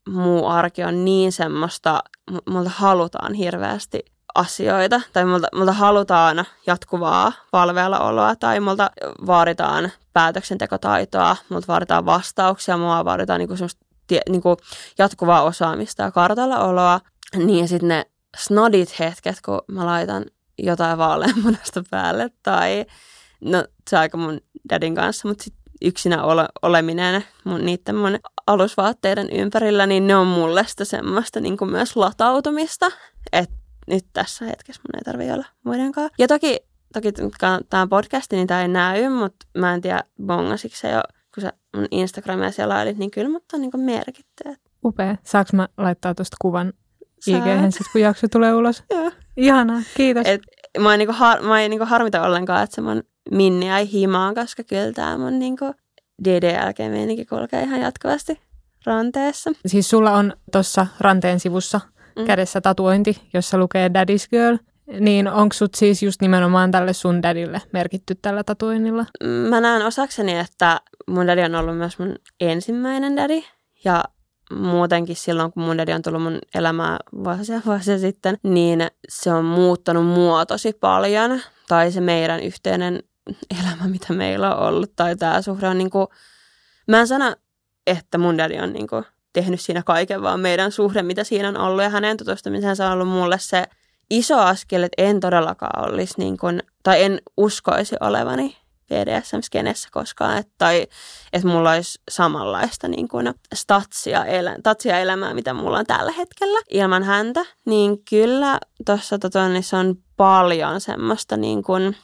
muu arki on niin semmoista, multa halutaan hirveästi asioita, tai multa, multa halutaan jatkuvaa valveilla-oloa, tai multa vaaditaan päätöksentekotaitoa, multa vaaditaan vastauksia, mua vaaditaan niinku semmoista tie, niinku jatkuvaa osaamista ja kartalla-oloa, niin sitten ne snodit hetket, kun mä laitan jotain vaaleanmunasta päälle, tai no se aika mun dadin kanssa, mutta sitten yksinä ole, oleminen mun, niiden mun alusvaatteiden ympärillä, niin ne on mulle sitä semmoista niin kuin myös latautumista, että nyt tässä hetkessä mun ei tarvitse olla muidenkaan. Ja toki, toki tämä podcasti, niin tämä ei näy, mutta mä en tiedä, bongasiksi se jo, kun sä mun Instagramia siellä olit, niin kyllä mut on niin kuin merkitty. Upea. Saanko mä laittaa tuosta kuvan I G:hen sitten, kun jakso tulee ulos? Joo. Ihanaa, kiitos. Et, mä en, niinku har, mä en niinku harmita ollenkaan, että se mun minni jäi himaan, koska kyllä tämä mun niinku D D L G-meininki kulkee ihan jatkuvasti ranteessa. Siis sulla on tuossa ranteen sivussa mm. kädessä tatuointi, jossa lukee Daddy's Girl. Niin onko sut siis just nimenomaan tälle sun dadille merkitty tällä tatuoinnilla? Mä näen osakseni, että mun daddy on ollut myös mun ensimmäinen daddy. Ja muutenkin silloin, kun mun daddy on tullut mun elämään vuosia vuosia sitten, niin se on muuttanut mua tosi paljon. Tai se meidän yhteinen elämä, mitä meillä on ollut. Tai tää suhde on niinku, mä en sano, että mun daddy on niinku tehnyt siinä kaiken, vaan meidän suhde, mitä siinä on ollut. Ja hänen tutustumisensa on ollut mulle se iso askel, että en todellakaan olisi, niin kuin, tai en uskoisi olevani B D S M-skenessä koskaan, että, tai että mulla olisi samanlaista niin kuin statsia, elä, statsia elämää, mitä mulla on tällä hetkellä ilman häntä, niin kyllä tuossa tatuoinnissa on paljon semmoista niin kuin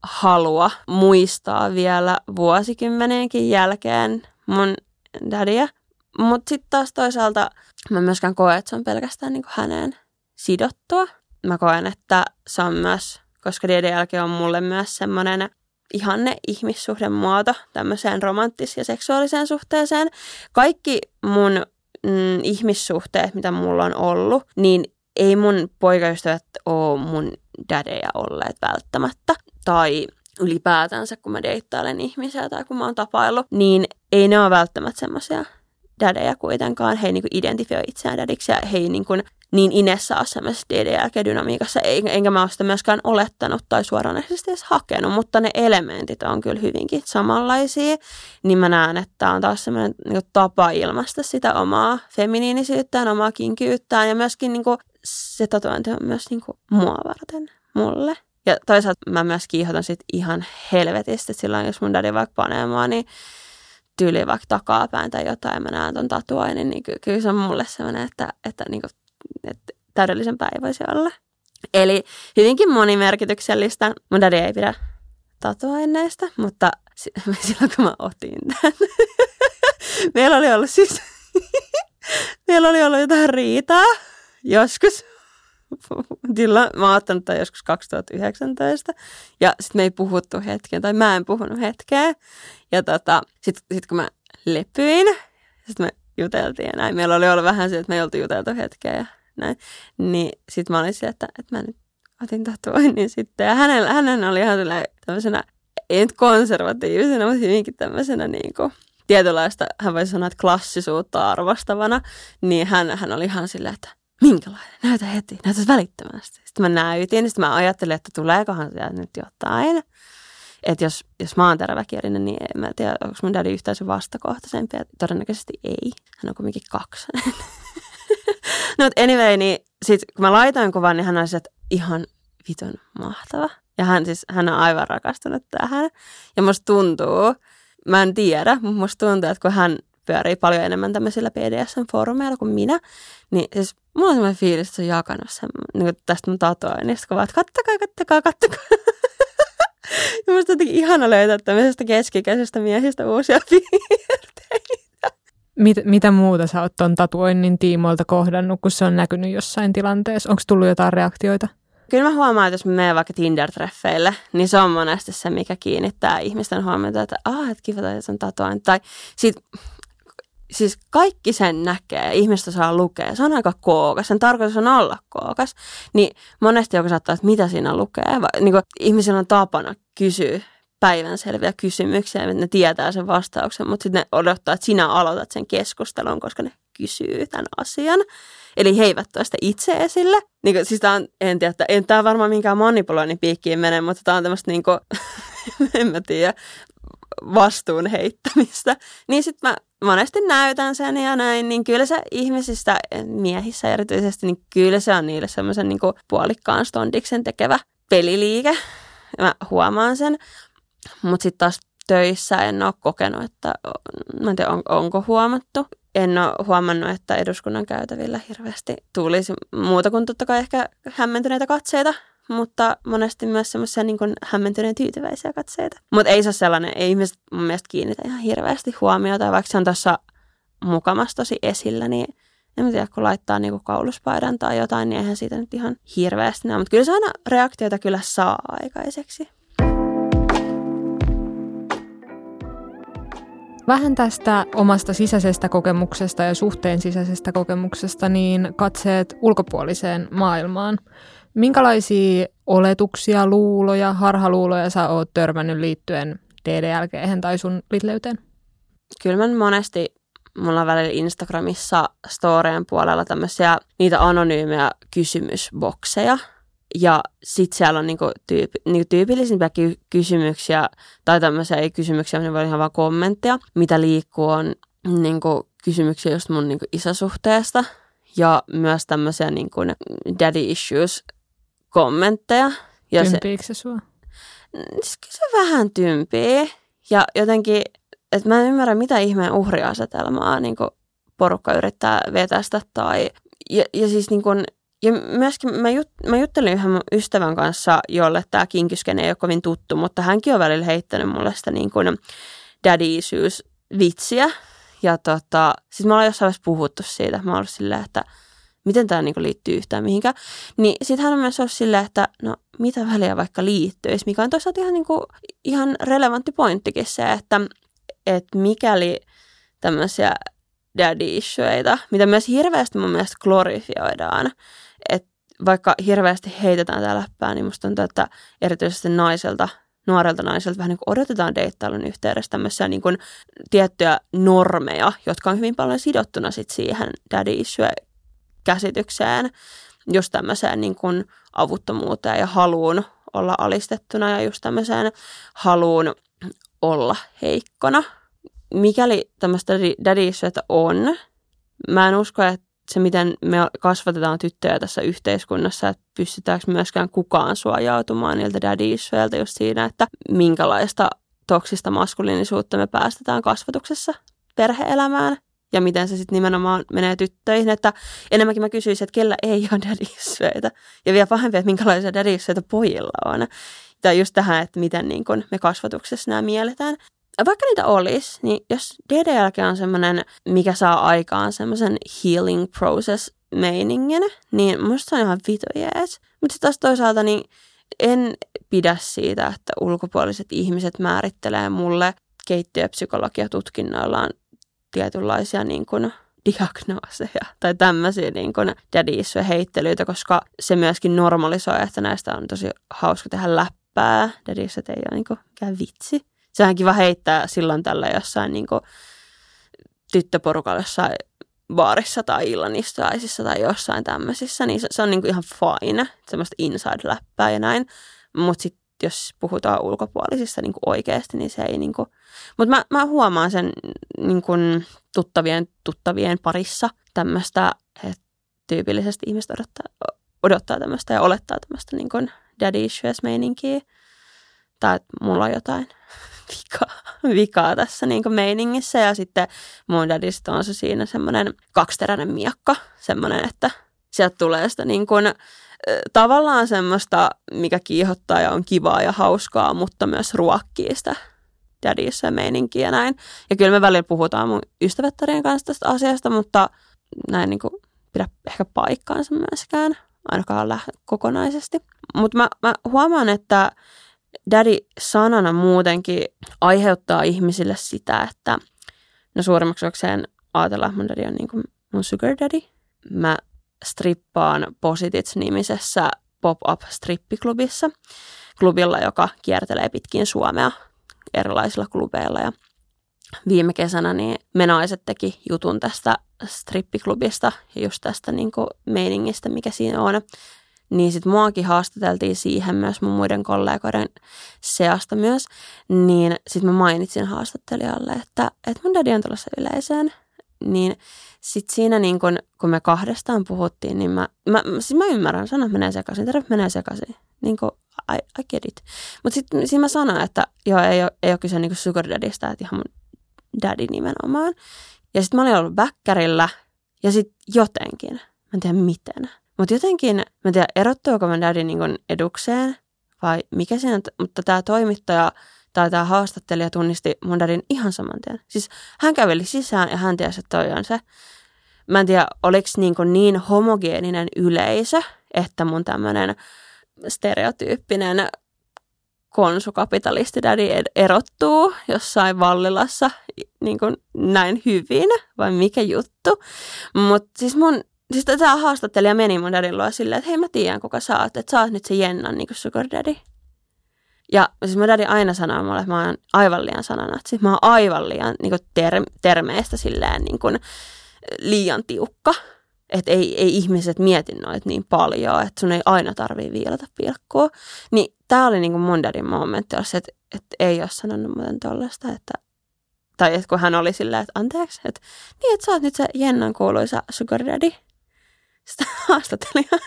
halua muistaa vielä vuosikymmenenkin jälkeen mun dadia, mutta sitten taas toisaalta mä myöskään koen, että se on pelkästään niin kuin häneen sidottua. Mä koen, että se on myös, koska D D L G on mulle myös semmoinen ihanne ihmissuhdemuoto tämmöiseen romanttiseen ja seksuaaliseen suhteeseen. Kaikki mun mm, ihmissuhteet, mitä mulla on ollut, niin ei mun poikaystävät ole mun dadeja olleet välttämättä. Tai ylipäätänsä, kun mä deittailen ihmisiä tai kun mä oon tapaillut, niin ei ne ole välttämättä semmoisia dadeja kuitenkaan. He ei niinku identifioi itseään dadiksi ja he ei niinku niin inessä ole semmoisessa D D L G-dynamiikassa, enkä mä ole sitä myöskään olettanut tai suoranaisesti edes hakenut, mutta ne elementit on kyllä hyvinkin samanlaisia, niin mä näen, että tämä on taas semmoinen niin tapa ilmaista sitä omaa feminiinisyyttään, omaa kinkyyttään ja myöskin niin kuin, se tatuointi on myös niin kuin, mua varten mulle. Ja toisaalta mä myös kiihotan sit ihan helvetisti, että silloin jos mun daddy vaikka panee mua, niin tyyli vaikka takapäin tai jotain ja mä näen ton tatuoinnin, niin ky- kyllä se on mulle semmoinen, että, että niin kuin, että täydellisempää ei voisi olla. Eli hyvinkin monimerkityksellistä. Mun daddy ei pidä tatuoinneista, mutta silloin kun mä otin tämän, meillä oli ollut siis, meillä oli ollut jotain riitaa joskus. Mä oon ottanut tämän joskus kaksituhattayhdeksäntoista ja sitten me ei puhuttu hetken, tai mä en puhunut hetkeä. Ja tota, sitten sit kun mä lepyin, sitten me juteltiin ja näin. Meillä oli ollut vähän se, että me ei oltu juteltu hetkeä ja näin. Niin sit mä olin sille, että, että mä nyt otin tatuoinnin sitten. Ja hänen, hänen oli ihan tämmöisenä, ei nyt konservatiivisena, mutta hyvinkin tämmöisenä niin kuin tietynlaista, hän voisi sanoa, että klassisuutta arvostavana. Niin hän, hän oli ihan silleen, että minkälainen? Näytä heti, näytä välittömästi. Sitten mä näytin, niin sitten mä ajattelin, että tuleekohan sieltä nyt jotain. Että jos, jos mä oon teräväkielinen, niin en mä tiedä, onko mun daddy yhtään se vastakohtaisempi. Todennäköisesti ei. Hän on kuitenkin kaksonen. No mutta anyway, niin sit kun mä laitoin kuvan, niin hän oli se, että ihan vitun mahtava. Ja hän siis, hän on aivan rakastunut tähän. Ja musta tuntuu, mä en tiedä, mutta musta tuntuu, että kun hän pyörii paljon enemmän tämmöisillä P D S M-foorumeilla kuin minä, niin siis mulla on semmoinen fiilis, että se on jakanut sen, niin tästä mun tatuoinnista, kun vaan, että kattakaa, kattakaa, kattakaa. Ja musta jotenkin ihana löytää tämmöisestä keskikäisestä miehistä uusia piirteitä. Mit, mitä muuta sä oot ton tatuoinnin tiimoilta kohdannut, kun se on näkynyt jossain tilanteessa? Onko tullut jotain reaktioita? Kyllä mä huomaan, että jos mä menen vaikka Tinder-treffeille, niin se on monesti se, mikä kiinnittää ihmisten huomiota, että aah, että kiva, että se on tatuointi. Tai sit, siis kaikki sen näkee ja ihmistä saa lukea. Se on aika kookas, sen tarkoitus on olla kookas. Niin monesti joku saattaa, että mitä siinä lukee. Niin kuin ihmisillä on tapana kysyä päivänselviä kysymyksiä, että ne tietää sen vastauksen, mutta sitten ne odottaa, että sinä aloitat sen keskustelun, koska ne kysyy tämän asian. Eli he eivät tuo sitä itse esille. Niin kuin, siis tämä on, en tiedä, en tämä varmaan minkään manipuloinnin piikkiin mene, mutta tämä on tämmöistä niin kuin, en mä tiedä, vastuun heittämistä. Niin sitten mä monesti näytän sen ja näin, niin kyllä se ihmisistä, miehissä erityisesti, niin kyllä se on niille semmoisen niin kuin puolikkaan stondiksen tekevä peliliike. Mä huomaan sen, mutta sitten taas töissä en ole kokenut, että mä en tiedä, on, onko huomattu. En ole huomannut, että eduskunnan käytävillä hirveästi tulisi muuta kuin totta kai ehkä hämmentyneitä katseita, mutta monesti myös semmoisia niin kuin hämmentyneen tyytyväisiä katseita. Mutta ei se ole sellainen, ei ihmiset mun mielestä kiinnitä ihan hirveästi huomiota, vaikka se on tuossa mukamas tosi esillä, niin en tiedä, kun laittaa niin kuin kauluspaidan tai jotain, niin eihän siitä nyt ihan hirveästi näe. Mutta kyllä se aina reaktioita kyllä saa aikaiseksi. Vähän tästä omasta sisäisestä kokemuksesta ja suhteen sisäisestä kokemuksesta, niin katseet ulkopuoliseen maailmaan. Minkälaisia oletuksia, luuloja, harhaluuloja sä oot törmännyt liittyen D D L G:hen tai sun litleyteen? Kyllä mä monesti, mulla on välillä Instagramissa storien puolella tämmöisiä niitä anonyymejä kysymysbokseja. Ja sitten siellä on niinku tyypi, niinku tyypillisimpiä ky- kysymyksiä, tai tämmöisiä ei kysymyksiä, ne voi olla ihan vaan kommentteja, mitä liikkuu on niinku kysymyksiä just mun niinku isäsuhteesta. Ja myös tämmöisiä niinku daddy issues kommentteja. Ja Tympiikö se sua? Se, se vähän tympii. Ja jotenkin, että mä en ymmärrä, mitä ihmeen uhriasetelmaa niinku porukka yrittää vetästä. Tai, ja, ja siis niinku, ja myöskin mä, jut, mä juttelin yhden mun ystävän kanssa, jolle tämä kinkyskene ei ole kovin tuttu, mutta hänkin on välillä heittänyt mulle sitä niin kuin daddy issues vitsiä. Ja tota, siis me ollaan jossain vaiheessa puhuttu siitä, mä oon ollut silleen, että miten tämä niin kuin liittyy yhtään mihinkään. Niin sit hän on myös ollut silleen, että no mitä väliä vaikka liittyisi, mikä on toisaalta ihan, niin kuin, ihan relevantti pointtikin se, että, että mikäli tämmöisiä daddy issueita, mitä myös hirveästi mun mielestä glorifioidaan, että vaikka hirveästi heitetään tää läppää, niin musta tuntuu, että erityisesti naiselta, nuorelta naiselta vähän niin kuin odotetaan deittailun yhteydessä tämmöisiä niin kuin tiettyjä normeja, jotka on hyvin paljon sidottuna sit siihen daddy issue-käsitykseen, just tämmöiseen niin kuin avuttomuuteen ja haluun olla alistettuna ja just tämmöiseen haluun olla heikkona. Mikäli tämmöistä daddy issueita on, mä en usko, että se, miten me kasvatetaan tyttöjä tässä yhteiskunnassa, että pystytäänkö myöskään kukaan suojautumaan niiltä daddy issueilta just siinä, että minkälaista toksista maskuliinisuutta me päästetään kasvatuksessa perhe-elämään ja miten se sitten nimenomaan menee tyttöihin. Että enemmänkin mä kysyisin, että kellä ei ole daddy issueita ja vielä pahempi, että minkälaisia daddy issueita pojilla on. Tai just tähän, että miten niin kun me kasvatuksessa nämä mielletään. Vaikka niitä olisi, niin jos D D L G on semmoinen, mikä saa aikaan semmoisen healing process meiningin, niin musta se on ihan vitu jees. Mutta sitten taas toisaalta niin en pidä siitä, että ulkopuoliset ihmiset määrittelee mulle keittiöpsykologiatutkinnoillaan tietynlaisia niin kuin diagnooseja tai tämmöisiä niin kuin daddy issue heittelyitä, koska se myöskin normalisoi, että näistä on tosi hauska tehdä läppää. Daddy issue ei ole niin kuin mikään vitsi. Sehän kiva heittää silloin tällä jossain niin kuin tyttöporukalla jossain baarissa tai illanistujaisissa tai jossain tämmöisissä, niin se, se on niin kuin ihan fine, semmoista inside-läppää ja näin. Mutta sitten jos puhutaan ulkopuolisista niin kuin oikeasti, niin se ei niin kuin. Mutta mä, mä huomaan sen niin kuin tuttavien, tuttavien parissa tämmöistä, että tyypillisesti ihmiset odottaa, odottaa tämmöistä ja olettaa tämmöistä niin kuin daddy issues-meininkiä. Tai että mulla on jotain vikaa, vikaa tässä niin kuin meiningissä. Ja sitten mun dadista on se siinä semmoinen kaksiteräinen miekka. Semmoinen, että sieltä tulee sitä niin kuin, tavallaan semmoista, mikä kiihottaa ja on kivaa ja hauskaa, mutta myös ruokkii sitä dadissa meininkiä ja näin. Ja kyllä me välillä puhutaan mun ystävättärien kanssa tästä asiasta, mutta näin niin kuin pidä ehkä paikkaansa myöskään, ainakaan lähde kokonaisesti. Mutta mä, mä huomaan, että daddy-sanana muutenkin aiheuttaa ihmisille sitä, että no suurimmaksi okseen ajatellaan, että mun daddy on niin kuin mun sugar daddy. Mä strippaan Positits-nimisessä pop-up-strippiklubissa, klubilla, joka kiertelee pitkin Suomea erilaisilla klubeilla. Ja viime kesänä niin me naiset teki jutun tästä strippiklubista ja just tästä niin kuin meiningistä, mikä siinä on. Niin sitten muakin haastateltiin siihen myös mun muiden kollegoiden seasta myös. Niin sitten mä mainitsin haastattelijalle, että, että mun daddy on tulossa yleisöön. Niin sitten siinä niin kun, kun me kahdestaan puhuttiin, niin mä, mä, siis mä ymmärrän, sanat menee sekaisin, terveet menee sekaisin. Niin kuin, I, I get it. Mutta sitten siinä mä sanoin, että joo, ei ole, ei ole kyse niin kuin sugar daddystä, että ihan mun daddy nimenomaan. Ja sitten mä olin ollut väkkärillä ja sitten jotenkin, mä en tiedä miten, mutta jotenkin, mä en tiedä erottuuko mun daddy niin kuin edukseen vai mikä siinä, mutta tämä toimittaja tai tämä haastattelija tunnisti mun dadin ihan saman tien. Siis hän käveli sisään ja hän tiesi, että toi on se. Mä en tiedä, oliko niin, niin homogeeninen yleisö, että mun tämmöinen stereotyyppinen konsukapitalistidädi erottuu jossain Vallilassa niin kuin näin hyvin, vai mikä juttu. Mutta siis mun, siis tämä haastattelija meni mun dadin luo silleen, että hei mä tiedän kuka sä oot, että sä oot nyt se Jennan niin kuin sugar daddy. Ja siis mun daddy aina sanoo mulle, että mä oon aivan liian sananat. Siis mä oon aivan liian niin kuin ter- termeistä silleen niin kuin liian tiukka. Että ei, ei ihmiset mieti noita niin paljon, että sun ei aina tarvii viilata pilkkua. Niin tää oli niinku mun dadin momentti, että, että ei ole sanonut muuten tollaista, että tai että kun hän oli silleen, että anteeksi, että niin, että sä oot nyt se Jennan kuuluisa sugar daddy. Sitä haastattelija.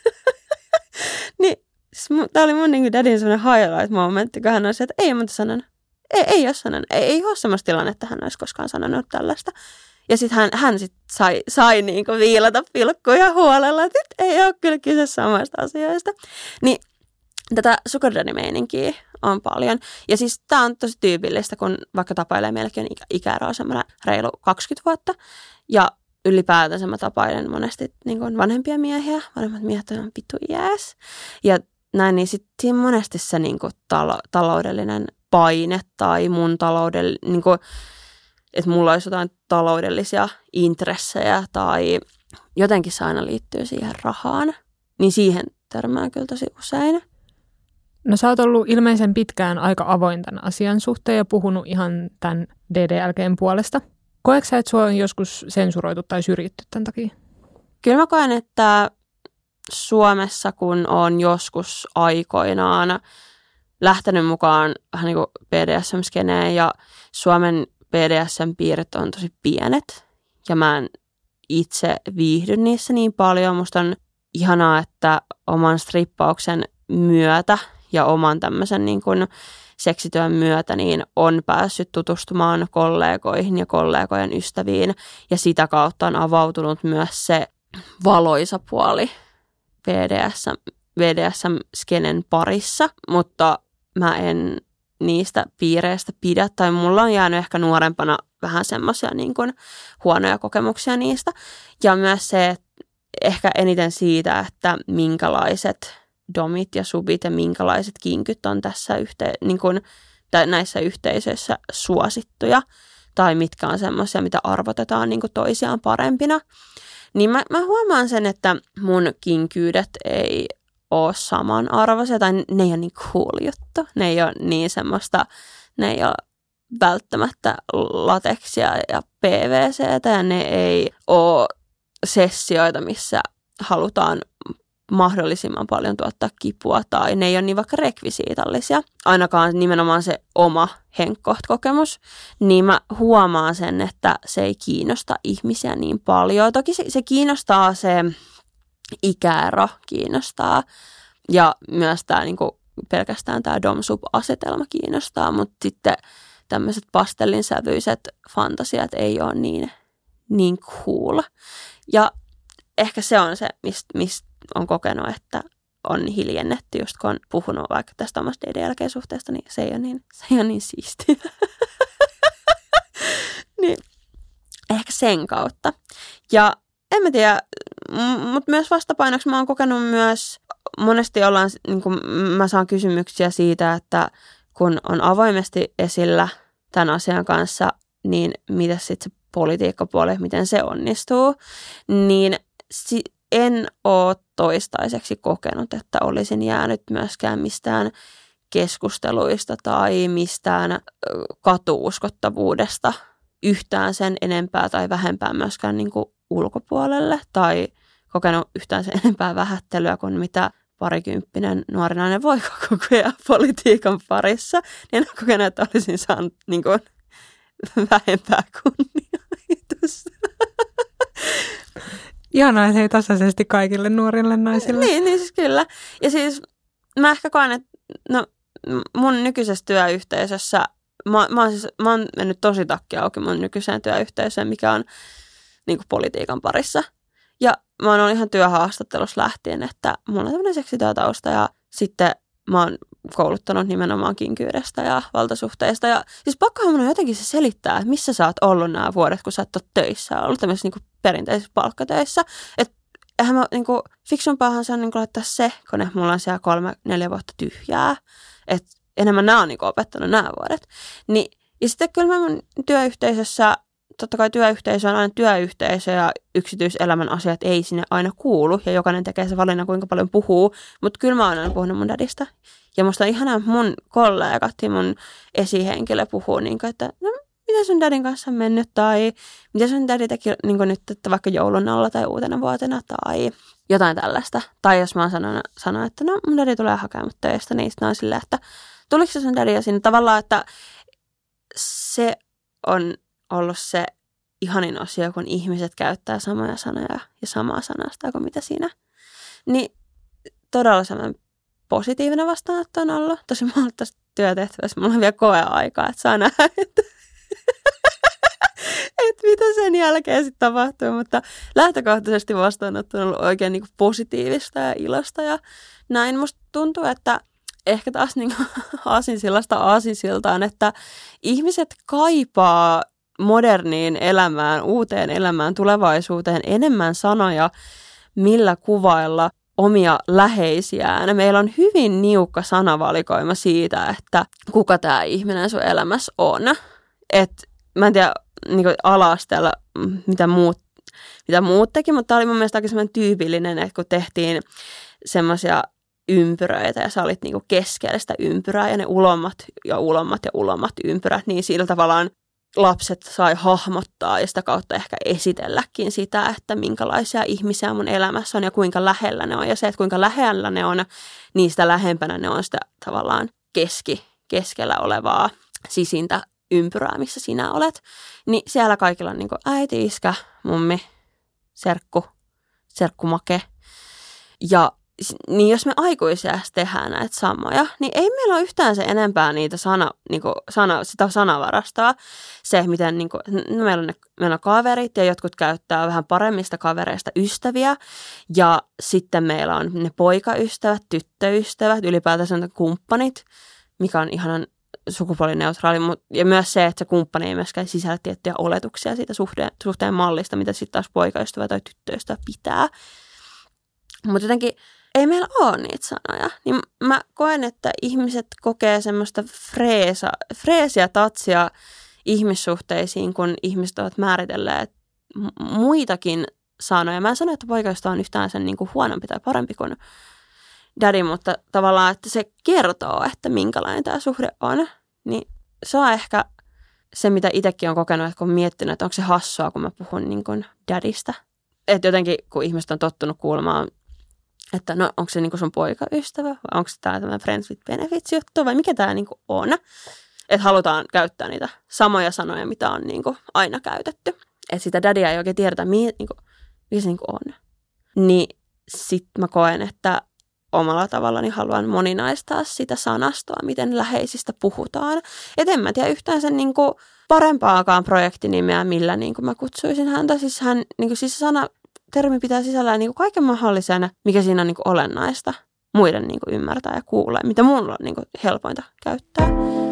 Niin, tää oli mun niinku dadin semmoinen highlight momentti, kun hän oli se, että ei ole muuta sanonut. Ei, ei ole sanonut. Ei, ei ole semmoista tilannetta, että hän olisi koskaan sanonut tällaista. Ja sitten hän, hän sit sai, sai niinku viilata pilkkuja huolella, että nyt ei ole kyllä kyse samasta asioista. Niin tätä sugar daddy-meininkiä on paljon. Ja siis tämä on tosi tyypillistä, kun vaikka tapailee meilläkin on ikä, ikäeroa semmoinen reilu kaksikymmentä vuotta. Ja ylipäätänsä mä tapailen monesti niin kuin vanhempia miehiä. Vanhemmat miehet on vittu jääs. Ja näin, niin sitten monesti se niin kuin talo, taloudellinen paine tai mun taloudellinen... Niin kuin, että mulla olisi jotain taloudellisia intressejä tai jotenkin se aina liittyy siihen rahaan, niin siihen törmää kyllä tosi usein. No sä oot ollut ilmeisen pitkään aika avoin tämän asian suhteen ja puhunut ihan tämän D D L G:n puolesta. Koetko sä, että sua on joskus sensuroitu tai syrjitty tämän takia? Kyllä mä koen, että Suomessa kun on joskus aikoinaan lähtenyt mukaan vähän niin kuin B D S M-skeneen ja Suomen B D S M-piirit on tosi pienet ja mä en itse viihdy niissä niin paljon. Musta on ihanaa, että oman strippauksen myötä ja oman tämmöisen niin kuin seksityön myötä niin on päässyt tutustumaan kollegoihin ja kollegojen ystäviin ja sitä kautta on avautunut myös se valoisa puoli B D S M, B D S M-skenen parissa, mutta mä en niistä piireistä pidä, tai mulla on jäänyt ehkä nuorempana vähän semmoisia niin kuin huonoja kokemuksia niistä. Ja myös se, että ehkä eniten siitä, että minkälaiset domit ja subit ja minkälaiset kinkyt on tässä yhte, niin kuin, tai näissä yhteisöissä suosittuja, tai mitkä on semmoisia, mitä arvotetaan niin kuin toisiaan parempina. Niin mä, mä huomaan sen, että mun kinkyydet ei ole samanarvoisia, tai ne ei ole niin cool juttu. Ne ei ole niin semmoista, ne ei ole välttämättä lateksia ja P V C:tä, ja ne ei ole sessioita, missä halutaan mahdollisimman paljon tuottaa kipua, tai ne ei ole niin vaikka rekvisiitallisia. Ainakaan nimenomaan se oma henkkoht-kokemus, niin mä huomaan sen, että se ei kiinnosta ihmisiä niin paljon. Toki se, se kiinnostaa se ikäero kiinnostaa ja myös tämä niinku, pelkästään tämä dom-sub-asetelma kiinnostaa, mutta sitten tämmöiset pastellinsävyiset fantasiat ei ole niin, niin cool. Ja ehkä se on se, mistä mist on kokenut, että on hiljennetty, just kun on puhunut vaikka tästä omasta D D L G-suhteesta, niin se ei ole niin, se ei ole niin siistiä. Niin, ehkä sen kautta. Ja en mä tiedä, mutta myös vastapainoksi mä oon kokenut myös, monesti ollaan, niin kun mä saan kysymyksiä siitä, että kun on avoimesti esillä tämän asian kanssa, niin mitä sitten se politiikkapuoli, miten se onnistuu, niin en ole toistaiseksi kokenut, että olisin jäänyt myöskään mistään keskusteluista tai mistään katuuskottavuudesta yhtään sen enempää tai vähempää myöskään niin kuin ulkopuolelle tai kokenut yhtään sen enempää vähättelyä kuin mitä parikymppinen nuori nainen voi kokea politiikan parissa. Niin en ole kokenut, että olisin saanut niin kuin vähempää kunnioitusta. Ihanaa, että ei tasaisesti kaikille nuorille naisille. Niin, niin siis kyllä. Ja siis mä ehkä koen, että no, mun nykyisessä työyhteisössä, mä, mä, oon siis, mä oon mennyt tosi takki auki mun nykyiseen työyhteisöön, mikä on niin kuin politiikan parissa. Ja mä oon ollut ihan työhaastattelussa lähtien, että mulla on tämmöinen seksityötausta ja sitten mä oon kouluttanut nimenomaan kinkyydestä ja valtasuhteista. Ja siis pakkohan mun on jotenkin se selittää, että missä sä oot ollut nämä vuodet, kun sä et ole töissä, ollut tämmöisissä niin kuin perinteisissä palkkatöissä. Että eihän mä niin kuin, fiksumpaahan se on niin kuin laittaa se, kun mulla on siellä kolme, neljä vuotta tyhjää. Että enemmän nämä on niin kuin opettanut nämä vuodet. Niin, ja sitten kyllä mä mun työyhteisössä, totta kai työyhteisö on aina työyhteisö ja yksityiselämän asiat ei sinne aina kuulu. Ja jokainen tekee se valinnan, kuinka paljon puhuu. Mutta kyllä mä oon aina puhunut mun dadista. Ja musta on ihanaa, että mun kollegat ja mun esihenkilö puhuu, niin kuin, että no, mitä sun dadin kanssa on mennyt tai mitä sun daddy teki niin kuin nyt, että vaikka joulun alla tai uutena vuotena tai jotain tällaista. Tai jos mä oon sanonut, sanonut että no mun daddy tulee hakemaan mut töistä, niin sitten on silleen, että tuliko se sun daddy ja sinne tavallaan, että se on ollut se ihanin osio, kun ihmiset käyttää samoja sanoja ja samaa sanasta kuin mitä siinä. Niin todella sellainen positiivinen vastaanotto on ollut. Tosi mä oon ollut tässä työtehtävässä. Mulla on vielä koeaikaa, että saa nähdä, että, että mitä sen jälkeen sitten tapahtuu. Mutta lähtökohtaisesti vastaanotto on ollut oikein niin kuin positiivista ja ilosta. Ja näin musta tuntuu, että ehkä taas niin kuin aasinsillasta aasinsiltaan, että ihmiset kaipaa moderniin elämään, uuteen elämään, tulevaisuuteen enemmän sanoja, millä kuvailla omia läheisiään. Meillä on hyvin niukka sanavalikoima siitä, että kuka tämä ihminen sun elämässä on. Et, mä en tiedä niin kuin ala-asteella, mitä muut, mitä muut teki, mutta tämä oli mun mielestä aika semmoinen tyypillinen, että kun tehtiin semmoisia ympyröitä ja sä olit niin kuin keskellä sitä ympyrää ja ne ulommat ja ulommat ja ulommat ympyrät, niin sillä tavallaan lapset sai hahmottaa ja sitä kautta ehkä esitelläkin sitä, että minkälaisia ihmisiä mun elämässä on ja kuinka lähellä ne on. Ja se, että kuinka lähellä ne on, niin sitä lähempänä ne on sitä tavallaan keski, keskellä olevaa sisintä ympyrää, missä sinä olet. Niin siellä kaikilla on niin kuin äiti, iskä, mummi, serkku, serkkumake. Ja niin jos me aikuisia tehdään näitä samoja, niin ei meillä ole yhtään se enempää niitä sana, niin kuin, sana, sitä sanavarastoa. Se, miten niin kuin, no meillä, on ne, meillä on kaverit ja jotkut käyttää vähän paremmista kavereista ystäviä. Ja sitten meillä on ne poikaystävät, tyttöystävät, ylipäätään kumppanit, mikä on ihanan sukupuolineutraali. Ja myös se, että se kumppani ei myöskään sisällä tiettyjä oletuksia siitä suhteen, suhteen mallista, mitä sitten taas poikaystävä tai tyttöystävä pitää. Mutta jotenkin ei meillä ole niitä sanoja. Niin mä koen, että ihmiset kokee semmoista freesa, freesiä tatsia ihmissuhteisiin, kun ihmiset ovat määritelleet muitakin sanoja. Mä en sano, että poikaystävä on yhtään sen niin kuin huonompi tai parempi kuin daddy, mutta tavallaan, että se kertoo, että minkälainen tämä suhde on. Niin se on ehkä se, mitä itsekin on kokenut, että kun on miettinyt, että onko se hassua, kun mä puhun niin kuin daddystä. Että jotenkin, kun ihmiset on tottunut kuulemaan, että no onko se niinku sun poikaystävä vai onko se tämä tämä Friends with Benefits juttu vai mikä tämä niinku on. Että halutaan käyttää niitä samoja sanoja, mitä on niinku aina käytetty. Että sitä dadia ei oikein tiedetä, mikä, niinku, mikä se niinku on. Niin sit mä koen, että omalla tavallani haluan moninaistaa sitä sanastoa, miten läheisistä puhutaan. Et en mä tiedä yhtään sen niinku parempaakaan projektinimeä, millä niinku mä kutsuisin häntä. Siis hän, niinku siis sana... Termi pitää sisällään niin kuin kaiken mahdollisen, mikä siinä on niin kuin olennaista muiden niin kuin ymmärtää ja kuulla, mitä mulla on niin kuin helpointa käyttää.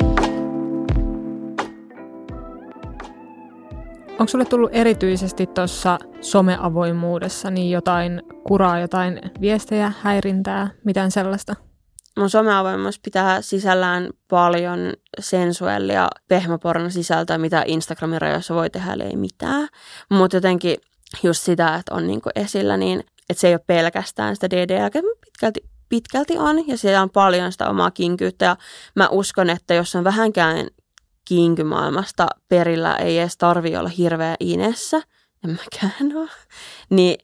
Onko sulle tullut erityisesti tuossa someavoimuudessa niin jotain kuraa, jotain viestejä, häirintää, mitään sellaista? Mun someavoimuus pitää sisällään paljon sensuellia, pehmäpornon sisältöä, mitä Instagramin rajoissa voi tehdä, eli ei mitään. Mutta jotenkin just sitä, että on niinku esillä, niin että se ei ole pelkästään sitä D D L, pitkälti, pitkälti on, ja siellä on paljon sitä omaa kinkyyttä, ja mä uskon, että jos on vähänkään kinkymaailmasta perillä ei edes tarvitse olla hirveä inessä, en mäkään ole, niin,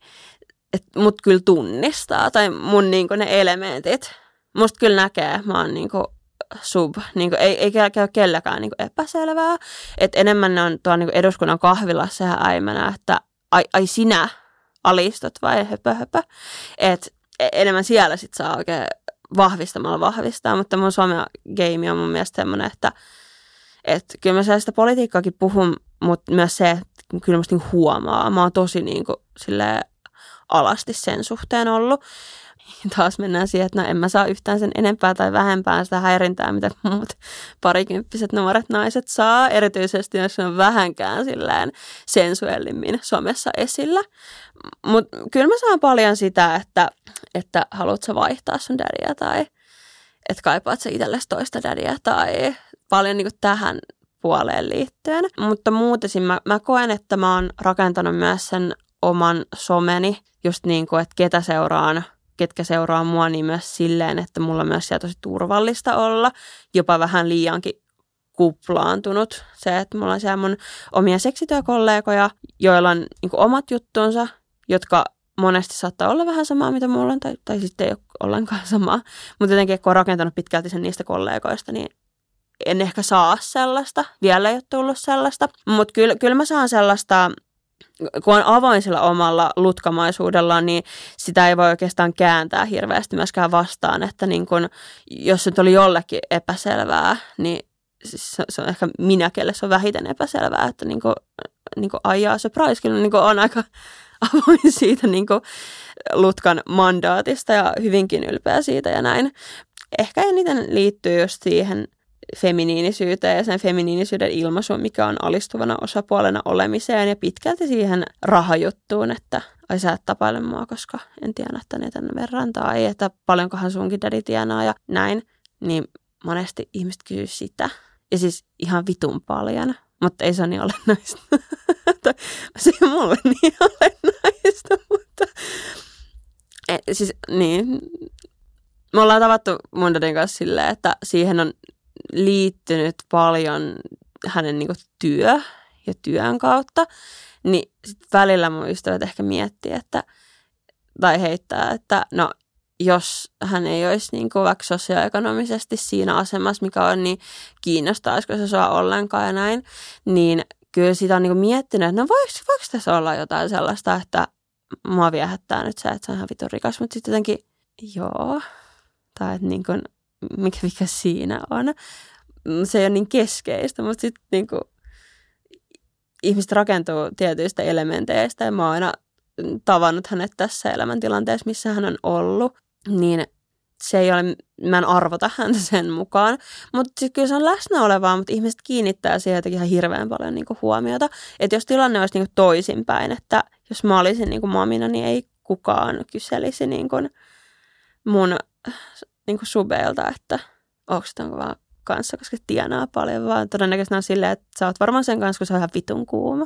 mut kyllä tunnistaa, tai mun niinku ne elementit, musta kyllä näkee, mä oon niinku sub, niinku, ei, ei käy kelläkään niinku epäselvää, että enemmän ne on tuolla niinku eduskunnan kahvilassa ja äimänä, että ai, ai sinä alistot vai höpö höpö, että enemmän siellä sit saa oikein vahvistamalla vahvistaa, mutta mun some-game on mun mielestä semmoinen, että että kyllä mä sellaista politiikkaakin puhun, mutta myös se, että kyllä musta niinku huomaa. Mä oon tosi niinku silleen alasti sen suhteen ollut. Taas mennään siihen, että no en mä saa yhtään sen enempää tai vähempää sitä häirintää, mitä muut parikymppiset nuoret naiset saa. Erityisesti, jos on vähänkään silleen sensuellimmin somessa esillä. Mutta kyllä mä saan paljon sitä, että, että haluat sä vaihtaa sun daddyä tai että kaipaat sä itsellesi toista daddyä tai paljon niin kuin tähän puoleen liittyen. Mutta muutenkin mä, mä koen, että mä oon rakentanut myös sen oman someni just niin kuin, että ketä seuraan, ketkä seuraa mua, niin myös silleen, että mulla on myös siellä tosi turvallista olla. Jopa vähän liiankin kuplaantunut se, että mulla on siellä mun omia seksityökollegoja, joilla on niin kuin omat juttunsa, jotka monesti saattaa olla vähän samaa, mitä mulla on, tai, tai sitten ei ole ollenkaan samaa. Mutta jotenkin, kun on rakentanut pitkälti sen niistä kollegoista, niin en ehkä saa sellaista. Vielä ei ole tullut sellaista. Mutta kyllä, kyllä mä saan sellaista, kun on avoin sillä omalla lutkamaisuudellaan, niin sitä ei voi oikeastaan kääntää hirveästi myöskään vastaan. Että niin kun, jos se oli jollekin epäselvää, niin siis se on ehkä minä, kelle se on vähiten epäselvää. Että niin kun, niin kun ajaa surprise, kyllä niin kun on aika avoin siitä niin kun lutkan mandaatista ja hyvinkin ylpeä siitä ja näin. Ehkä eniten liittyy just siihen feminiinisyyteen ja sen feminiinisyyden ilmaisuun, mikä on alistuvana osapuolena olemiseen ja pitkälti siihen rahajuttuun, että ai sä et tapaile mua, koska en tiedä tänne tänne verran tai että paljonkohan sunkin daddy tienaa ja näin, niin monesti ihmiset kysyy sitä. Ja siis ihan vitun paljon, mutta ei se ole niin olennaista. Se ei mulle niin olennaista, mutta e, siis niin. Me ollaan tavattu mun dadin kanssa silleen, että siihen on liittynyt paljon hänen niin kuin työ ja työn kautta, niin sit välillä mun ystävät ehkä miettii, että, tai heittää, että no jos hän ei olisi niin kuin vaikka sosioekonomisesti siinä asemassa, mikä on, niin kiinnostaisiko se sua ollenkaan ja näin, niin kyllä sitä on niin kuin miettinyt, että no voiko, voiko tässä olla jotain sellaista, että mua viehättää nyt se, että se on ihan vitun rikas, mutta sitten jotenkin joo, tai että niin kuin mikä, mikä siinä on. Se ei ole niin keskeistä, mutta sitten niin kuin, ihmiset rakentuu tietyistä elementeistä ja mä oon aina tavannut hänet tässä elämäntilanteessa, missä hän on ollut, niin se ei ole, mä en arvota häntä sen mukaan, mutta kyllä se on läsnä olevaa, mutta ihmiset kiinnittää siihen jotenkin ihan hirveän paljon niin kuin huomiota, että jos tilanne olisi niin kuin toisinpäin, että jos mä olisin niin kuin mamina, niin ei kukaan kyselisi niin kuin mun niin kuin subeilta, että onko sitä vaan kanssa, koska tienaa paljon, vaan todennäköisesti on silleen, että sä oot varmaan sen kanssa, kun se on ihan vitun kuuma.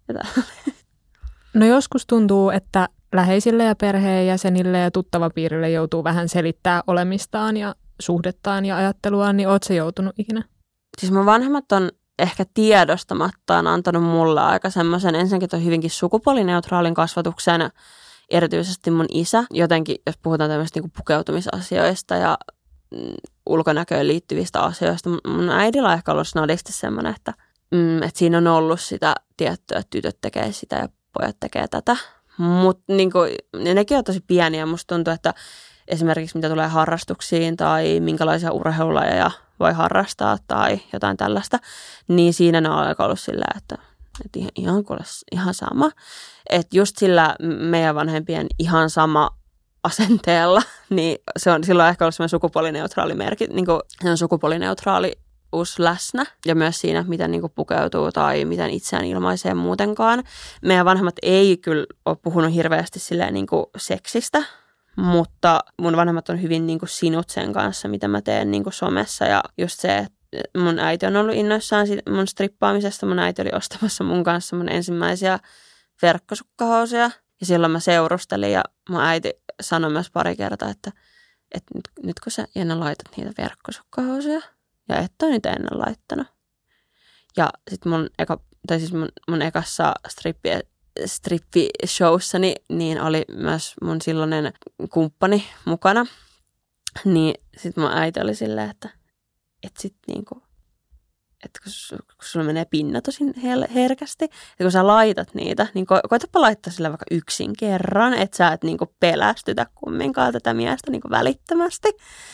No joskus tuntuu, että läheisille ja perheenjäsenille ja tuttavapiirille joutuu vähän selittää olemistaan ja suhdettaan ja ajatteluaan, niin oot sä joutunut ikinä? Siis mun vanhemmat on ehkä tiedostamattaan antanut mulle aika semmoisen, ensinnäkin on hyvinkin sukupuolineutraalin kasvatuksen, erityisesti mun isä, jotenkin jos puhutaan tämmöistä niinku pukeutumisasioista ja mm, ulkonäköön liittyvistä asioista, mun äidillä on ehkä ollut snadisti semmoinen, että, mm, että siinä on ollut sitä tiettyä, että tytöt tekee sitä ja pojat tekee tätä. Mutta niinku, nekin on tosi pieniä. Musta tuntuu, että esimerkiksi mitä tulee harrastuksiin tai minkälaisia urheilulajeja voi harrastaa tai jotain tällaista, niin siinä ne on aika ollut silleen, että, että ihan, ihan, ihan sama. Että just sillä meidän vanhempien ihan sama asenteella, niin se on silloin ehkä ollut semmoinen sukupuolineutraali merkki, niin kuin se on sukupuolineutraalius läsnä ja myös siinä, miten niin kuin pukeutuu tai miten itseään ilmaisee muutenkaan. Meidän vanhemmat ei kyllä ole puhunut hirveästi silleen niin kuin seksistä, mutta mun vanhemmat on hyvin niin kuin sinut sen kanssa, mitä mä teen niin kuin somessa ja just se, että mun äiti on ollut innoissaan mun strippaamisesta. Mun äiti oli ostamassa mun kanssa mun ensimmäisiä verkkosukkahousuja ja silloin mä seurustelin ja mun äiti sanoi myös pari kertaa, että, että nyt, nyt kun sä Jenna laitat niitä verkkosukkahousuja ja et ole niitä ennen laittanut, Ja sitten mun, eka, tai siis mun, mun ekassa strippi, strippi-showssani niin oli myös mun silloinen kumppani mukana. Niin sitten mun äiti oli silleen, että et sit niinku, että kun, kun sulla menee pinna tosi herkästi, että kun sä laitat niitä, niin ko- koetapa laittaa sillä vaikka yksin kerran, että sä et niinku pelästytä kumminkaan tätä miestä niinku välittömästi.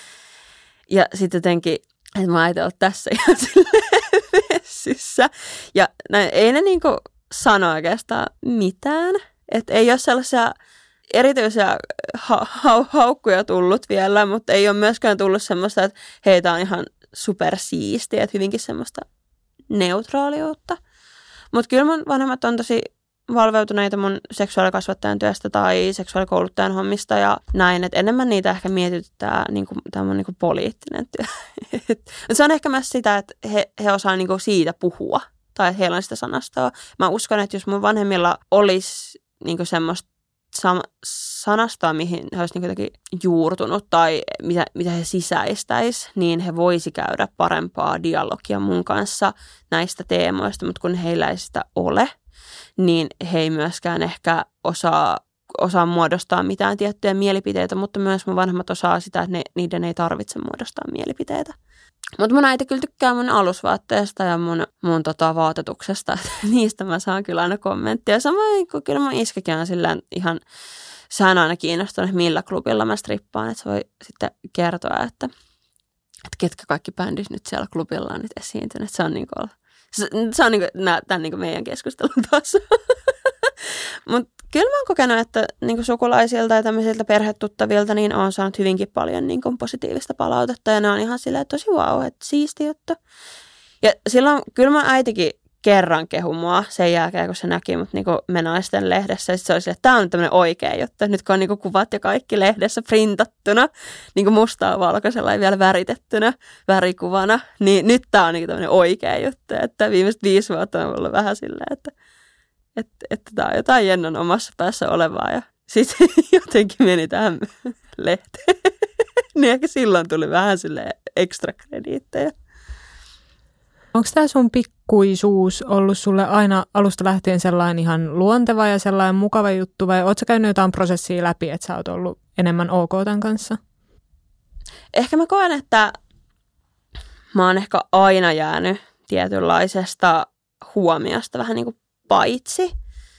Ja sitten jotenkin, että mä äiti on tässä ihan silleen vessissä. Ja näin, ei ne niinku sano oikeastaan mitään, että ei ole sellaisia erityisiä ha- ha- haukkuja tullut vielä, mutta ei ole myöskään tullut semmoista, että heitä on ihan supersiistiä, että hyvinkin semmoista neutraaliutta. Mutta kyllä mun vanhemmat on tosi valveutuneita mun seksuaalikasvattajan työstä tai seksuaalikouluttajan hommista ja näin, että enemmän niitä ehkä mietityttää niinku, tämä mun niinku poliittinen työ. Se on ehkä myös sitä, että he, he osaa niinku siitä puhua tai että heillä on sitä sanastoa. Mä uskon, että jos mun vanhemmilla olisi niinku semmoista sanastoa, mihin he olisivat jotenkin juurtunut tai mitä, mitä he sisäistäisi, niin he voisi käydä parempaa dialogia mun kanssa näistä teemoista, mutta kun heillä ei sitä ole, niin he ei myöskään ehkä osaa, osaa muodostaa mitään tiettyjä mielipiteitä, mutta myös mun vanhemmat osaa sitä, että ne, niiden ei tarvitse muodostaa mielipiteitä. Mutta mun äiti kyllä tykkää mun alusvaatteesta ja mun, mun tota vaatetuksesta. Niistä mä saan kyllä aina kommenttia. Samoin kuin kyllä mun iskäkin on silleen ihan, sehän on aina kiinnostunut, millä klubilla mä strippaan. Että se voi sitten kertoa, että, että ketkä kaikki bändit nyt siellä klubilla on nyt esiintynyt. Se on, niinku, se, se on niinku, tämän niinku meidän keskustelun taas. Mutta kyllä mä oon kokenut, että niinku sukulaisilta ja tämmöisiltä perhetuttavilta niin oon saanut hyvinkin paljon niinku positiivista palautetta. Ja ne on ihan silleen tosi vau, että siisti juttu. Ja silloin kyllä mun äitikin kerran kehui mua sen jälkeen, kun se näki mut niinku Me Naisten lehdessä. Ja sit se oli silleen, että tää on tämmöinen oikea juttu. Nyt kun on niinku kuvat ja kaikki lehdessä printattuna, niinku mustaa valkoisella ja vielä väritettynä värikuvana, niin nyt tää on niinku tämmöinen oikea juttu. Että viimeiset viisi vuotta on ollut vähän silleen, että Että, että tämä on jotain Jennan omassa päässä olevaa ja sitten jotenkin meni tähän lehteen. Niin ehkä silloin tuli vähän silleen ekstra krediittejä. Onko tämä sun pikkuisuus ollut sulle aina alusta lähtien sellainen ihan luonteva ja sellainen mukava juttu vai ootko sä käynyt jotain prosessia läpi, että sä oot ollut enemmän ok tämän kanssa? Ehkä mä koen, että mä oon ehkä aina jäänyt tietynlaisesta huomiosta vähän niin kuin paitsi.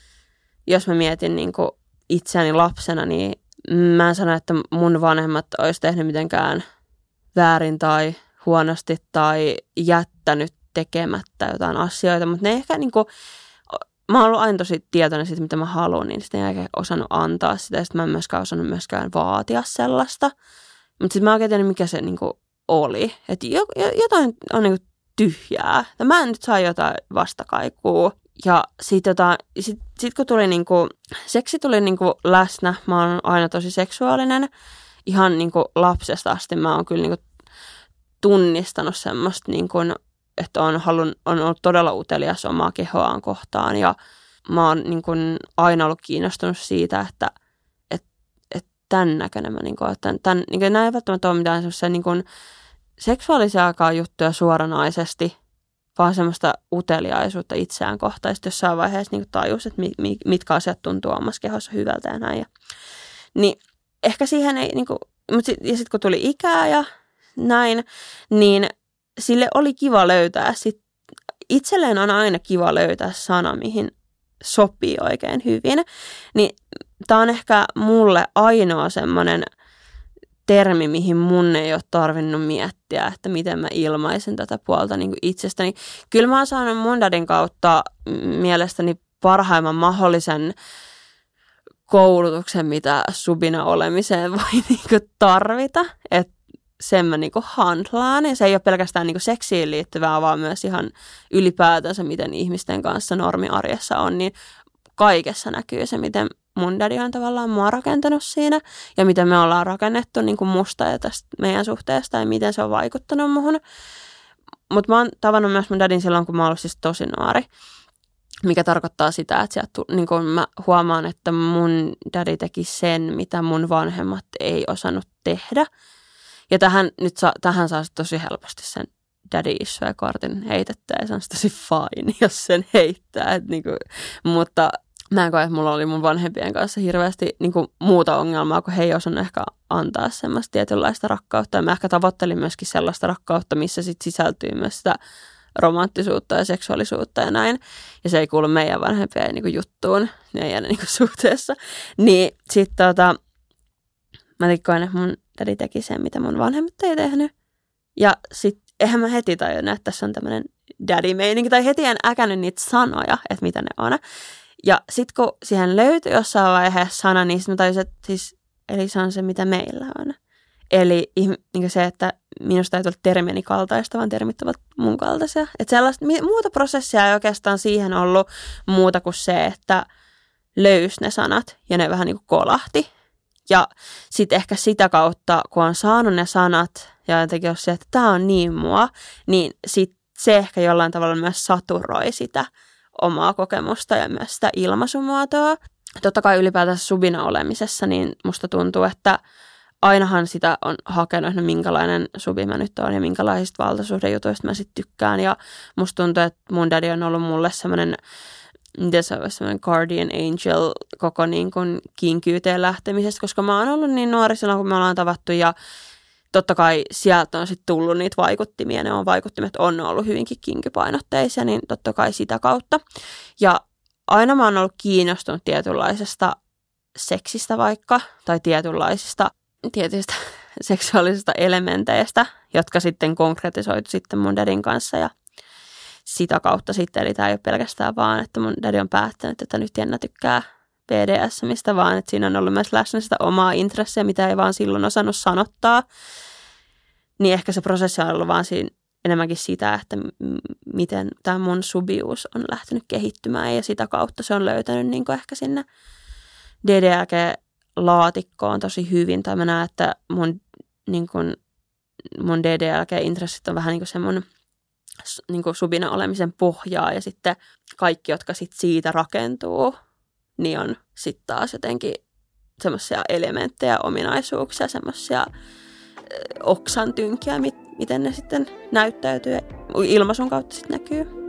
Jos mä mietin niin kuin itseäni lapsena, niin mä en sano, että mun vanhemmat olisi tehnyt mitenkään väärin tai huonosti tai jättänyt tekemättä jotain asioita, mutta ne ehkä niin kuin, mä oon ollut aina tosi tietoinen siitä, mitä mä haluan, niin sitten ei ehkä osannut antaa sitä ja sitten mä en myöskään osannut myöskään vaatia sellaista. Mutta sitten mä oikein tiedän, mikä se niin kuin oli. Että jotain on niin kuin tyhjää. Ja mä en nyt saa jotain vastakaikua. Ja sitten sit, sit kun tuli niinku, seksi tuli niinku läsnä, mä oon aina tosi seksuaalinen. Ihan niinku lapsesta asti mä oon kyllä niinku tunnistanut semmoista, niinku, että on, halun, on ollut todella utelias omaa kehoaan kohtaan. Ja mä oon niinku aina ollut kiinnostunut siitä, että et, et tämän näköinen mä niinku, tämän, tämän, niinku, nämä ei välttämättä ole mitään semmoisia niinku seksuaalisiakaan juttuja suoranaisesti, vaan semmoista uteliaisuutta itseään kohtaan. Ja sitten jossain vaiheessa niin tajus, että mitkä asiat tuntuu omassa kehossa hyvältä ja näin. Ja, niin ehkä siihen ei, niin kuin, mutta sit, ja sitten kun tuli ikää ja näin, niin sille oli kiva löytää. Sit, itselleen on aina kiva löytää sana, mihin sopii oikein hyvin. Niin tämä on ehkä mulle ainoa semmoinen termi, mihin mun ei ole tarvinnut miettiä, että miten mä ilmaisen tätä puolta niin kuin itsestäni. Kyllä mä oon saanut mun dadin kautta mielestäni parhaimman mahdollisen koulutuksen, mitä subina olemiseen voi niin kuin tarvita. Että sen mä niin kuin handlaan. Ja se ei ole pelkästään niin kuin seksiin liittyvää, vaan myös ihan ylipäätänsä, miten ihmisten kanssa normiarjessa on. Niin kaikessa näkyy se, miten mun daddy on tavallaan mua rakentanut siinä ja miten me ollaan rakennettu niin kuin musta ja tästä meidän suhteesta ja miten se on vaikuttanut muhun. Mutta mä oon tavannut myös mun dadin silloin, kun mä oon ollut siis tosi nuori, mikä tarkoittaa sitä, että sieltä, niin kuin mä huomaan, että mun daddy teki sen, mitä mun vanhemmat ei osannut tehdä. Ja tähän, nyt sa, tähän saa tosi helposti sen daddy issue kortin heitettyä ja se on tosi fine, jos sen heittää. Et niinku, mutta mä en koe, että mulla oli mun vanhempien kanssa hirveästi niinku muuta ongelmaa, kun he ei osannut ehkä antaa semmoista tietynlaista rakkautta. Ja mä ehkä tavoittelin myöskin sellaista rakkautta, missä sit sisältyy myös sitä romanttisuutta ja seksuaalisuutta ja näin. Ja se ei kuulu meidän vanhempien niinku juttuun meidän niinku suhteessa. Niin sit tota, mä koen, että mun daddy teki sen, mitä mun vanhemmat ei tehnyt. Ja sit eihän mä heti tajunnut, että tässä on tämmöinen daddy-meininki. Tai heti en äkännyt niitä sanoja, että mitä ne on. Ja sit kun siihen löytyi jossain vaiheessa sana, niin mä tajusin, että siis, eli se on se, mitä meillä on. Eli niin se, että minusta ei tule termieni kaltaista, vaan termit ovat mun kaltaisia. Että sellaista muuta prosessia ei oikeastaan siihen ollut muuta kuin se, että löysi ne sanat ja ne vähän niin kuin kolahti. Ja sitten ehkä sitä kautta, kun on saanut ne sanat ja jotenkin on se, että tämä on niin mua, niin sit se ehkä jollain tavalla myös saturoi sitä omaa kokemusta ja myös sitä ilmaisumuotoa. Totta kai ylipäätänsä subina olemisessa, niin musta tuntuu, että ainahan sitä on hakenut, että minkälainen subi mä nyt olen ja minkälaisista valtasuhdejutuista mä sitten tykkään. Ja musta tuntuu, että mun daddy on ollut mulle semmoinen, miten se olisi, semmoinen guardian angel koko niin kuin kinkyyteen lähtemisestä, koska mä oon ollut niin nuori silloin, kun me ollaan tavattu ja totta kai sieltä on sitten tullut niitä vaikuttimia, ne on vaikuttimet on ollut hyvinkin kinkypainotteisia, niin totta kai sitä kautta. Ja aina mä oon ollut kiinnostunut tietynlaisesta seksistä vaikka, tai tietynlaisista tietyistä seksuaalisista elementeistä, jotka sitten konkretisoitu sitten mun dadin kanssa ja sitä kautta sitten, eli tämä ei ole pelkästään vaan, että mun daddy on päättänyt, että nyt Jenna tykkää B D S M:stä, vaan että siinä on ollut myös läsnä sitä omaa intressiä, mitä ei vaan silloin osannut sanottaa. Niin ehkä se prosessi on ollut vaan siinä enemmänkin sitä, että m- miten tämä mun subius on lähtenyt kehittymään ja sitä kautta se on löytänyt niin kuin ehkä sinne D D L G-laatikkoon tosi hyvin. Tai mä näen, että mun, niin kuin, mun D D L G-intressit on vähän niin kuin se mun niin kuin subina olemisen pohjaa ja sitten kaikki, jotka sit siitä rakentuu, niin on sitten taas jotenkin semmoisia elementtejä, ominaisuuksia, semmoisia oksan tynkiä, mit, miten ne sitten näyttäytyy ilmaisun kautta sitten näkyy.